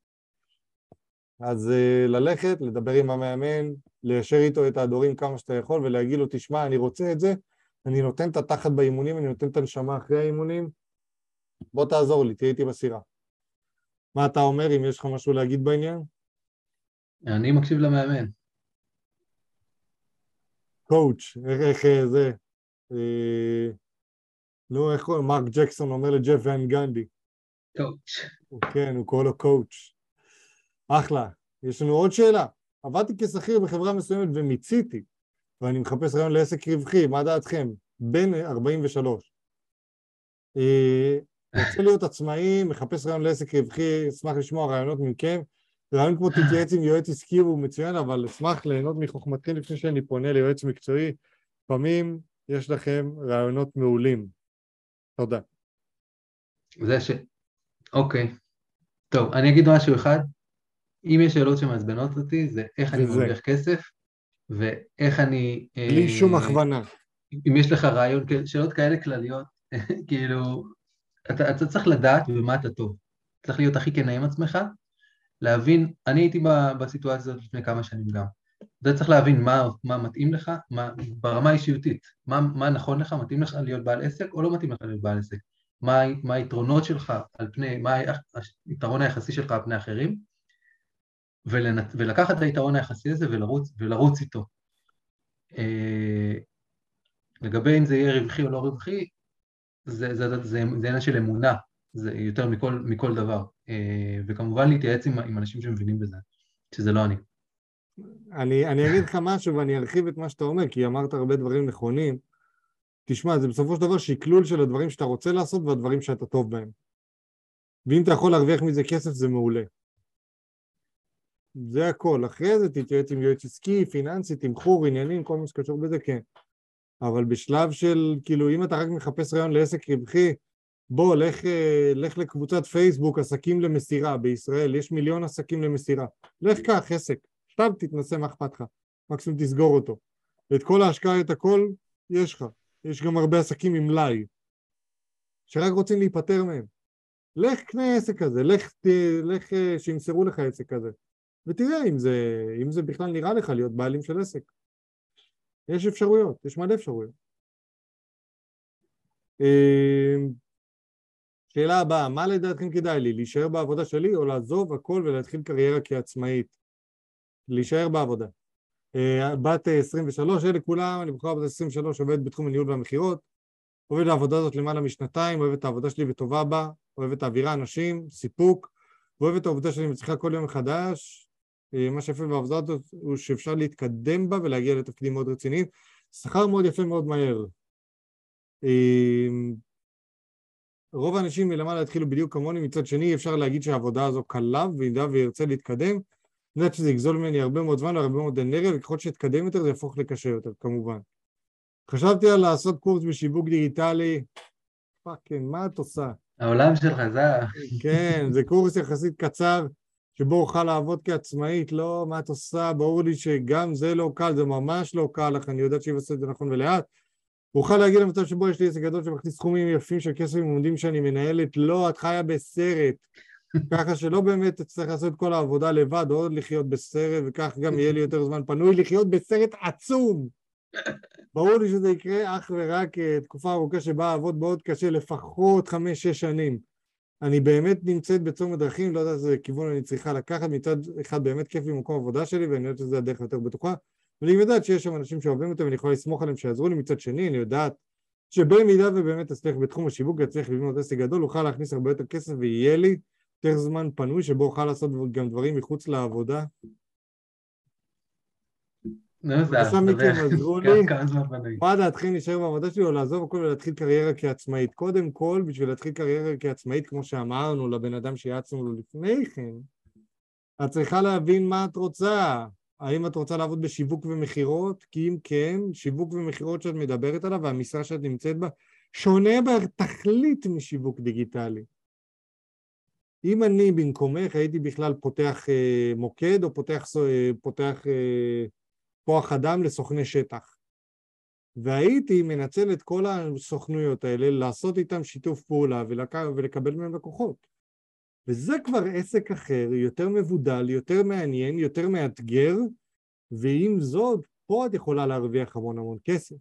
אז ללכת, לדבר עם המאמן, ליישר איתו את ההדורים כמה שאתה יכול, ולהגיד לו, תשמע, אני רוצה את זה, אני נותן את התחת באימונים, אני נותן את הנשמה אחרי האימונים, בוא תעזור לי, תהיה איתי בסירה. מה אתה אומר, אם יש לך משהו להגיד בעניין? אני מקשיב למאמן. קואוץ', איך זה? נו, איך קוראים? מרק ג'קסון אומר לג'ף ואן גנדי. קואוץ'. כן, הוא קורא לו קואוץ'. אחלה. יש לנו עוד שאלה. עבדתי כשכיר בחברה מסוימת ומיציתי, ואני מחפש רעיון לעסק רווחי, מה דעתכם? בן 43. רוצה להיות עצמאי, מחפש רעיון לעסק רווחי, אשמח לשמוע רעיונות מכם. רעיון כמו תתייעץ עם יועץ עסקי הוא מצוין, אבל אשמח ליהנות מחוכמתכם לפני שאני פונה ליועץ מקצועי. לפעמים יש לכם רעיונות מעולים. תודה. אוקיי. טוב, אני אגיד משהו אחד. אם יש שאלות שמעצבנות אותי, זה איך אני מרוויח כסף, ואיך אני... בלי שום הכוונה. אם יש לך רעיון, שאלות כאלה כלליות, כאילו, אתה צריך לדעת במה אתה טוב. צריך להיות הכי כן עם עצמך, להבין, אני הייתי בסיטואציה הזאת לפני כמה שנים גם. אתה צריך להבין מה מתאים לך, ברמה האישיותית, מה נכון לך, מתאים לך להיות בעל עסק או לא מתאים לך להיות בעל עסק. מה היתרונות שלך על פני, מה היתרון היחסי שלך על פני אחרים, ולקחת את היתרון היחסי הזה ולרוץ איתו. לגבי אם זה יהיה רווחי או לא רווחי, זה עניין של אמונה, זה יותר מכל דבר. וכמובן להתייעץ עם אנשים שמבינים בזה, שזה לא אני. אני אגיד לך משהו ואני ארחיב את מה שאתה אומר, כי אמרת הרבה דברים נכונים. תשמע, זה בסופו של דבר שקלול של הדברים שאתה רוצה לעשות והדברים שאתה טוב בהם. ואם אתה יכול להרוויח מזה כסף, זה מעולה. זה הכל. אחרי זה תתייעץ עם יועץ עסקי, פיננסי, תמחור, עניינים, כל מה שקשור בזה, כן. אבל בשלב של, כאילו, אם אתה רק מחפש רעיון לעסק רווחי, בוא, לך לקבוצת פייסבוק, עסקים למסירה בישראל, יש 1,000,000 עסקים למסירה. לך כך, עסק. עכשיו תתנסה מה אכפת לך. מקסימום תסגור אותו. ואת כל ההשקעה, את הכל, יש לך. יש גם הרבה עסקים עם לייב, שרק רוצים להיפטר מהם. לך קנה עסק כזה, לך שימסרו לך עסק כזה. ותראה אם זה בכלל נראה לך להיות בעלים של עסק. יש אפשרויות, יש מלא אפשרויות. שאלה הבאה, מה לדעתכם כדאי לי? להישאר בעבודה שלי או לעזוב הכל ולהתחיל קריירה כעצמאית? להישאר בעבודה. בת 23, אלה כולם, אני בחורה בת 23, עובדת בתחום הניהול והמחירות, עובדת לעבודה הזאת למעלה משנתיים, אוהבת את העבודה שלי וטובה בה, אוהבת את האווירה, אנשים, סיפוק, ואוהבת את העבודה שלי מצליחה כל יום מחדש. מה שיפה בעבודה הזאת הוא שאפשר להתקדם בה ולהגיע לתפקידים מאוד רציניים. שכר מאוד יפה מאוד מהר. רוב האנשים מלמעלה התחילו בדיוק כמוני, מצד שני אפשר להגיד שהעבודה הזו קלה, וידע וירצה להתקדם. אני יודעת שזה יגזול ממני הרבה מאוד זמן, הרבה מאוד אנרגיה, וככל שיתקדם יותר זה יהפוך לקשה יותר, כמובן. חשבתי על לעשות קורס בשיווק דיגיטלי. פאקינג, מה את עושה? העולם שלך זה... כן, זה קורס יחסית קצר, שבו אוכל לעבוד כעצמאית, לא, מה את עושה? ברור לי שגם זה לא קל, זה ממש לא קל לך, אני יודעת שהיא עושה את זה נכון ולאט. אוכל להגיע למצב שבו יש לי עסק גדול שמכניס סכומים יפים של כסף עומדים שאני מנהלת, לא, את חיה בסרט, ככה שלא באמת תצטרך לעשות את כל העבודה לבד, או עוד לחיות בסרט, וכך גם יהיה לי יותר זמן פנוי לחיות בסרט עצום. ברור לי שזה יקרה אך ורק תקופה ארוכה שבה לעבוד מאוד קשה, לפחות 5-6 שנים. אני באמת נמצאת בצומת דרכים, לא יודעת איזה כיוון אני צריכה לקחת, מצד אחד באמת כיף לי במקום עבודה שלי, ואני יודעת שזה הדרך יותר בטוחה, ואני יודעת שיש שם אנשים שאוהבים אותם, ואני יכולה לסמוך עליהם שיעזרו לי. מצד שני, אני יודעת שבמידה ובאמת אצליח בתחום השיווק, אצליח לבנות עסק גדול, אוכל להכניס הרבה יותר כסף, ויהיה לי יותר זמן פנוי, שבו אוכל לעשות גם דברים מחוץ לעבודה. נו, זה בבקשה מכם, עזרו לי. כמה זמן בנוי. מה דעתכם להישאר בעבודה שלי או לעזוב הכל ולהתחיל קריירה כעצמאית? קודם כל, בשביל להתחיל קריירה כעצמאית, כמו שאמרנו לבן אדם שיעצנו לו לפני כן, את צריכה להבין מה את רוצה. האם את רוצה לעבוד בשיווק ומחירות? כי אם כן, שיווק ומחירות שאת מדברת עליו והמשרה שאת נמצאת בה, שונה בתכלית משיווק דיגיטלי. אם אני במקומך הייתי בכלל פותח מוקד או פותח כוח אדם לסוכני שטח. והייתי מנצל את כל הסוכנויות האלה, לעשות איתם שיתוף פעולה ולקבל מהם לקוחות. וזה כבר עסק אחר, יותר מבודל, יותר מעניין, יותר מאתגר, ועם זאת, פה את יכולה להרוויח המון המון כסף.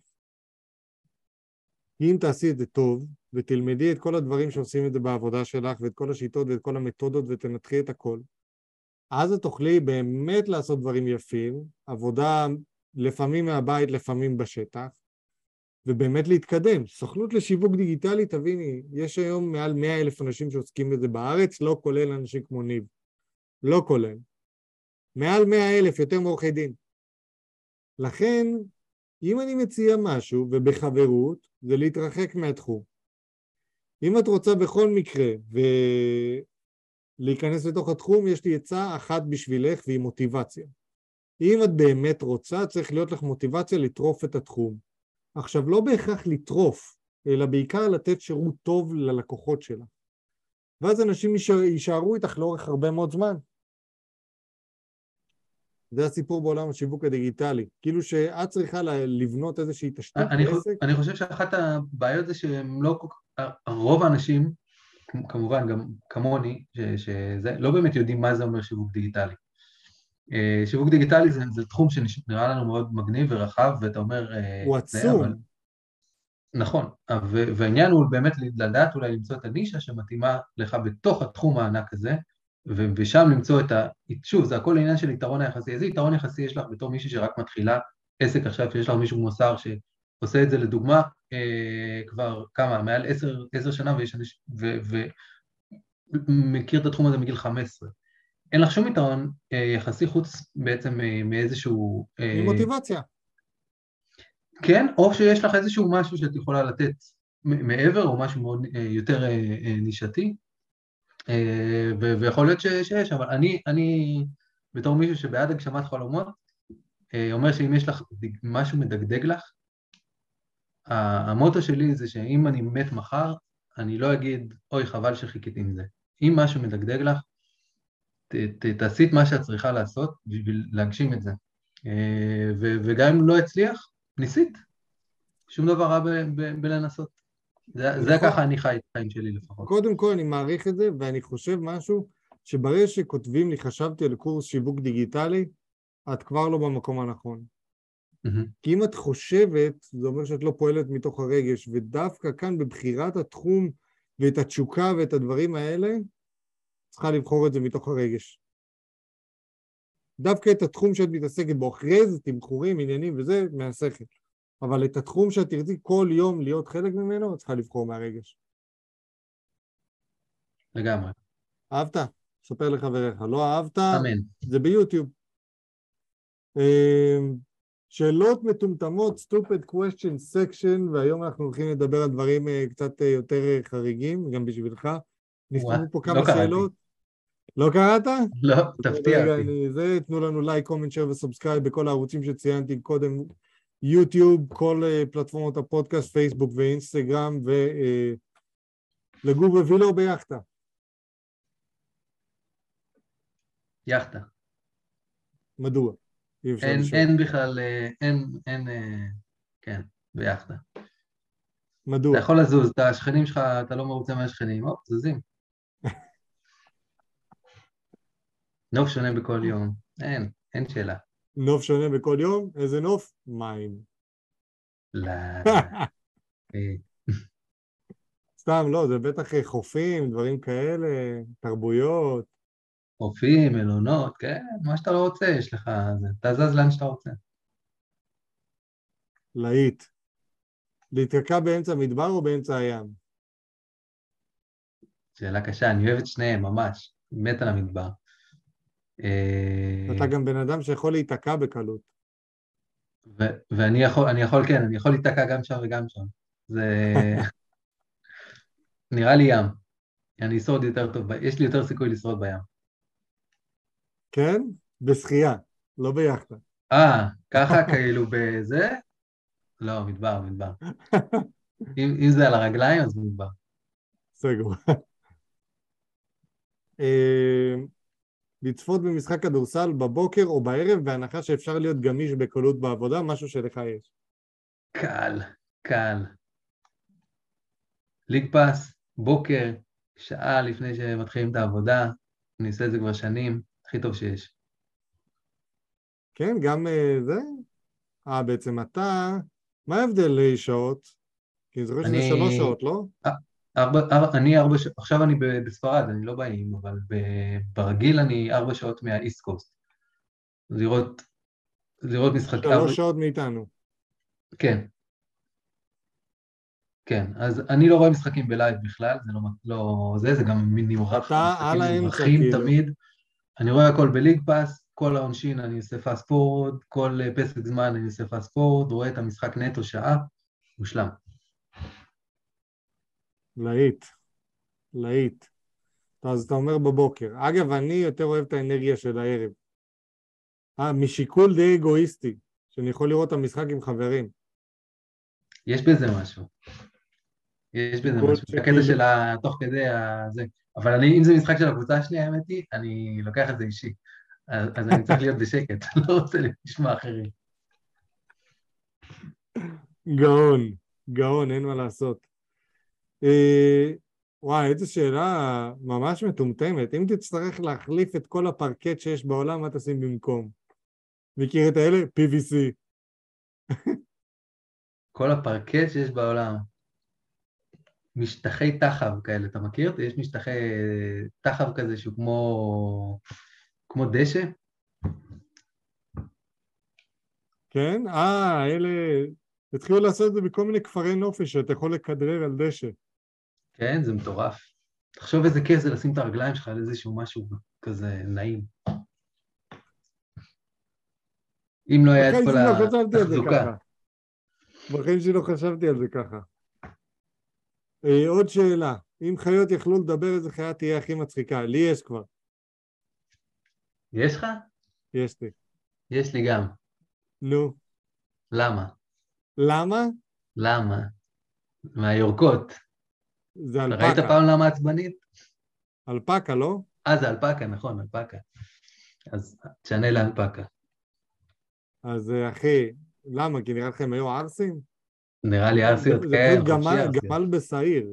אם תעשי את זה טוב, ותלמדי את כל הדברים שעושים את זה בעבודה שלך, ואת כל השיטות ואת כל המתודות, ותנתחי את הכל, אז את תוכלי באמת לעשות דברים יפים, עבודה לפעמים מהבית, לפעמים בשטח, ובאמת להתקדם. סוכנות לשיווק דיגיטלי, תביני, יש היום מעל 100,000 אנשים שעוסקים בזה בארץ, לא כולל אנשים כמו ניב. לא כולל. מעל 100,000, יותר מעורכי דין. לכן, אם אני מציע משהו, ובחברות, זה להתרחק מהתחום. אם את רוצה בכל מקרה, ולהיכנס לתוך התחום, יש לי עצה אחת בשבילך, והיא מוטיבציה. אם את באמת רוצה, צריך להיות לך מוטיבציה לטרוף את התחום. עכשיו, לא בהכרח לטרוף, אלא בעיקר לתת שירות טוב ללקוחות שלה. ואז אנשים יישארו איתך לאורך הרבה מאוד זמן. זה הסיפור בעולם השיווק הדיגיטלי. כאילו שאת צריכה לבנות איזושהי תשתית לעסק. אני חושב שאחת הבעיות זה שהם לא, רוב האנשים, כמובן גם כמוני, שזה לא באמת יודעים מה זה אומר שיווק דיגיטלי. שיווק דיגיטלי זה תחום שנראה לנו מאוד מגניב ורחב, ואתה אומר... הוא עצום. נכון, והעניין הוא באמת לדעת אולי למצוא את הנישה שמתאימה לך בתוך התחום הענק הזה, ושם למצוא את שוב, זה הכל עניין של יתרון היחסי. איזה יתרון יחסי יש לך בתור מישהי שרק מתחילה עסק עכשיו, שיש לך מישהו מוסר שעושה את זה לדוגמה, כבר כמה, מעל 10 שנה, ומכיר את התחום הזה מגיל 15. אין לך שום יתרון יחסי חוץ בעצם מאיזשהו... ממוטיבציה. כן, או שיש לך איזשהו משהו שאת יכולה לתת מעבר, או משהו מאוד יותר נישתי, ויכול להיות שיש, אבל אני בתור מישהו שבעד הגשמת חלומות, אומר שאם יש לך משהו מדגדג לך, המוטו שלי זה שאם אני מת מחר, אני לא אגיד, אוי, חבל שחיכיתי עם זה. אם משהו מדגדג לך, תעשי את מה שאת צריכה לעשות בשביל להגשים את זה. וגם אם לא הצליח, ניסית. שום דבר רע בלנסות. זה ככה אני חי את החיים שלי לפחות. קודם כל אני מעריך את זה, ואני חושב משהו שברגע שכותבים לי, חשבתי על קורס שיווק דיגיטלי, את כבר לא במקום הנכון. כי אם את חושבת, זה אומר שאת לא פועלת מתוך הרגש, ודווקא כאן בבחירת התחום ואת התשוקה ואת הדברים האלה, צריכה לבחור את זה מתוך הרגש. דווקא את התחום שאת מתעסקת בו, אחרי זה תמחורים, עניינים וזה, מהשכל. אבל את התחום שאת תרצי כל יום להיות חלק ממנו, את צריכה לבחור מהרגש. לגמרי. אהבת? ספר לחבריך. לא אהבת? אמן. זה ביוטיוב. שאלות מטומטמות, stupid question section, והיום אנחנו הולכים לדבר על דברים קצת יותר חריגים, גם בשבילך. נפתחו פה כמה שאלות. לא קראת? לא, תפתיע אותי. תנו לנו לייק, קומנט, שייר וסובסקרייב בכל הערוצים שציינתי קודם, יוטיוב, כל פלטפורמות הפודקאסט, פייסבוק ואינסטגרם, ולגור בווילה או ביחטה? יחטה. מדוע? אין בכלל, כן, ביחטה. מדוע? אתה יכול לזוז, את השכנים שלך, אתה לא מרוצה מהשכנים, זוזים. נוף שונה בכל יום, אין שאלה. נוף שונה בכל יום? איזה נוף? מים. לא. סתם, לא, זה בטח חופים, דברים כאלה, תרבויות. חופים, מלונות, כן, מה שאתה לא רוצה, יש לך, אתה זז לאן שאתה רוצה. להיט. להתקע באמצע מדבר או באמצע הים? שאלה קשה, אני אוהב את שניהם, ממש, מת על המדבר. אתה גם בן אדם שיכול להיתקע בקלות. ואני יכול, כן, אני יכול להיתקע גם שם וגם שם. זה נראה לי ים. אני אשרוד יותר טוב, יש לי יותר סיכוי לשרוד בים. כן? בשחייה, לא ביחדה. ככה כאילו בזה? לא, מדבר, מדבר. אם זה על הרגליים, אז מדבר. סגור. לצפות במשחק כדורסל בבוקר או בערב, בהנחה שאפשר להיות גמיש בקלות בעבודה, משהו שלך יש. קל, קל. ליג פאס, בוקר, שעה לפני שמתחילים את העבודה, אני עושה את זה כבר שנים, הכי טוב שיש. כן, גם זה? בעצם אתה... מה ההבדל שעות? כי אני זוכר שזה 3 שעות, לא? אני עכשיו אני בספרד, אני לא באיים, אבל ברגיל אני 4 שעות מהאיסט קוסט. לראות משחק... 3 שעות מאיתנו. כן, כן. אז אני לא רואה משחקים בלייב בכלל, זה גם נמרח, אתה על המשחקים האמצע, נמרחים כאילו. תמיד. אני רואה הכל בליג פאס, כל העונשין אני עושה פאסט פורד, כל פסק זמן אני עושה פאסט פורד, רואה את המשחק נטו שעה, מושלם. להיט, להיט. אז אתה אומר בבוקר. אגב, אני יותר אוהב את האנרגיה של הערב. משיקול די אגואיסטי, שאני יכול לראות את המשחק עם חברים. יש בזה משהו. יש בזה שיקול משהו. הקטע שכאילו... של תוך כדי הזה. אבל אם זה משחק של הקבוצה השנייה, האמת היא, אני לוקח את זה אישי. אז אני צריך להיות בשקט, לא רוצה לשמוע אחרים. גאון, גאון, אין מה לעשות. וואי, איזו שאלה ממש מטומטמת. אם תצטרך להחליף את כל הפרקט שיש בעולם, מה תשים במקום? מכיר את האלה? PVC. כל הפרקט שיש בעולם. משטחי תחב כאלה, אתה מכיר? יש משטחי תחב כזה שהוא כמו דשא? כן? אלה... התחילו לעשות את זה בכל מיני כפרי נופש, שאתה יכול לכדרר על דשא. כן, זה מטורף. תחשוב איזה כיף זה לשים את הרגליים שלך על איזשהו משהו כזה נעים. אם לא היה את בחיים כל שלי לא חשבתי על זה התחזוקה. ככה. בחיים שלי לא חשבתי על זה ככה. עוד שאלה. אם חיות יכלו לדבר, איזה חיה תהיה הכי מצחיקה? לי יש כבר. יש לך? יש לי. יש לי גם. נו. למה? למה? למה? מהיורקות. זה ראית אלפקה. פעם למה עצבנית? אלפקה, לא? זה אלפקה, נכון, אלפקה. אז תשנה לאלפקה. אז אחי, למה? כי נראה לכם היו ערסים? נראה לי ארסיות, זה כן, פשוט חופשי ארסיות. גמל בשעיר.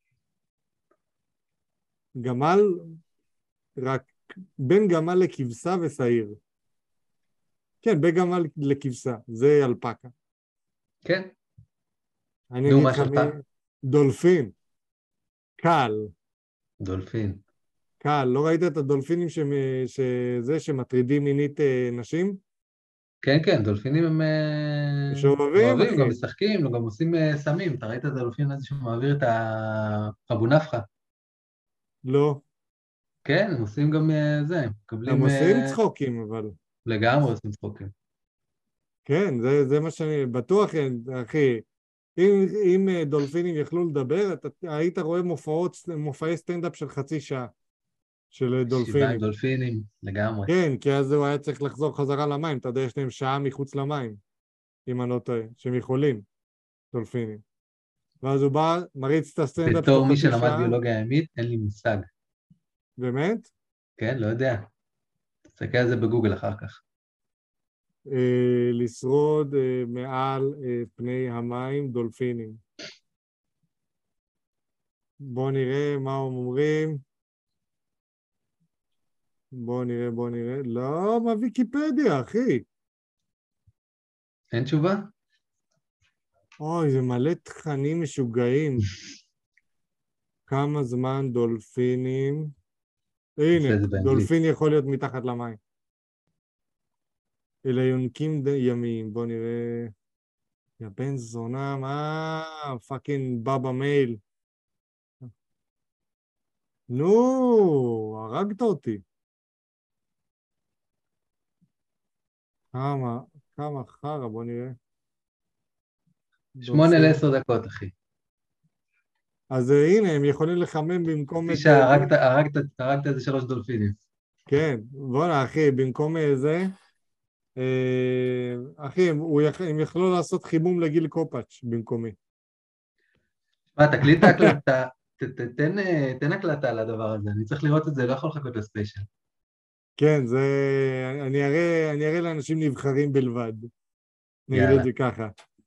גמל, רק בין גמל לכבשה ושעיר. כן, בין גמל לכבשה. זה אלפקה. כן. אני נו, אגיד מה לך שלך? דולפין. קל. דולפין. קל. לא ראית את הדולפינים שמטרידים מינית נשים? כן, כן, דולפינים הם משובבים, אוהבים, גם אחי. משחקים, גם עושים סמים. אתה ראית את הדולפין הזה שהוא מעביר את אבו נפחא? לא. כן, הם עושים גם זה, הם מקבלים עושים צחוקים, אבל... לגמרי עושים צחוקים. כן, זה מה שאני... בטוח, אחי. אם דולפינים יכלו לדבר, אתה היית רואה מופעי סטנדאפ של חצי שעה של שבעה עם דולפינים. דולפינים, לגמרי. כן, כי אז הוא היה צריך לחזור חזרה למים. אתה יודע, יש להם שעה מחוץ למים, אם אני לא טועה, שהם יכולים, דולפינים. ואז הוא בא, מריץ את הסטנדאפ שלו בתור מי חצי שלמד שעה, ביולוגיה ימית, אין לי מושג. באמת, כן, לא יודע. תסתכל על זה בגוגל אחר כך. לשרוד מעל פני המים דולפינים. בואו נראה מה הם אומרים. בואו נראה. לא, מהוויקיפדיה, אחי. אין תשובה? אוי, זה מלא תכנים משוגעים. כמה זמן דולפינים... נעשה הנה, את זה באנגלית. דולפין יכול להיות מתחת למים. אלה יונקים ימיים, בוא נראה... יא בן זונה, מה? פאקינג בבא מייל. נו, הרגת אותי. כמה חרא, בוא נראה. 8 דולפין. ל-10 דקות, אחי. אז הנה, הם יכולים לחמם במקום חצי את... שעה, הרגת איזה 3 דולפינים. כן, בוא'נה, אחי, במקום זה... אחי, הם יכלו לעשות חימום לגיל קופאץ' במקומי. מה, תקליט את ההקלטה, תן הקלטה על הדבר הזה, אני צריך לראות את זה, לא יכול לחכות לספיישל. כן, זה... אני אראה לאנשים נבחרים בלבד. נגיד את יאללה. זה ככה.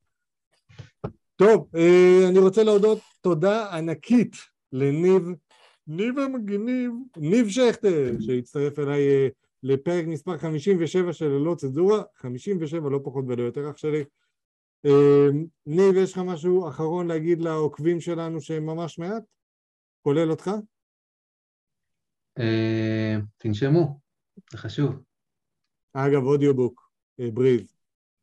טוב, אני רוצה להודות תודה ענקית ניב המגניב, ניב שכטר, שהצטרף אליי לפרק מספר 57 של ללא צנזורה, 57, לא פחות ולא יותר אח שלי. ניב, יש לך משהו אחרון להגיד לעוקבים שלנו שהם ממש מעט? כולל אותך? תנשמו, זה חשוב. אגב, אודיובוק, בריז.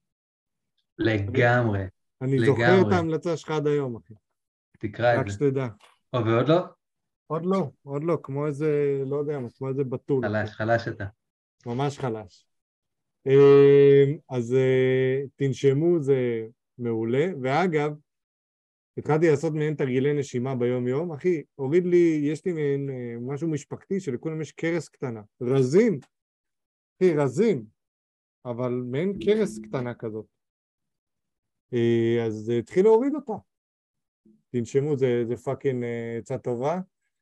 לגמרי, אני זוכר את לגמרי. ההמלצה שלך עד היום, אחי. תקרא רק את זה. שתדע. ועוד לא? עוד לא, כמו איזה, לא יודע, כמו איזה בתול. חלש אתה. ממש חלש. אז תנשמו, זה מעולה. ואגב, התחלתי לעשות מהן תרגילי נשימה ביום יום. אחי, הוריד לי, יש לי מהן משהו משפחתי שלכולם יש קרס קטנה. רזים. אחי, רזים. אבל מהן קרס קטנה כזאת. אז התחיל להוריד אותה. תנשמו, זה פאקינג עצה טובה.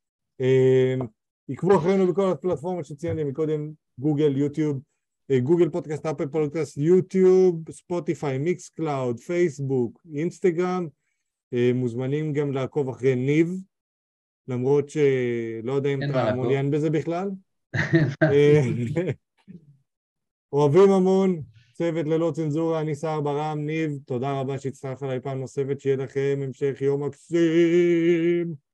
עקבו אחרינו בכל הפלטפורמות שציינתי מקודם, גוגל, יוטיוב, גוגל פודקאסט, אפל פודקאסט, יוטיוב, ספוטיפיי, מיקס קלאוד, פייסבוק, אינסטגרם. מוזמנים גם לעקוב אחרי ניב, למרות שלא יודע אם אתה מעוניין בזה בכלל. אוהבים המון, צוות ללא צנזורה, אני סער ברם, ניב, תודה רבה שהצטרף אליי פעם נוספת, שיהיה לכם המשך יום מקסים.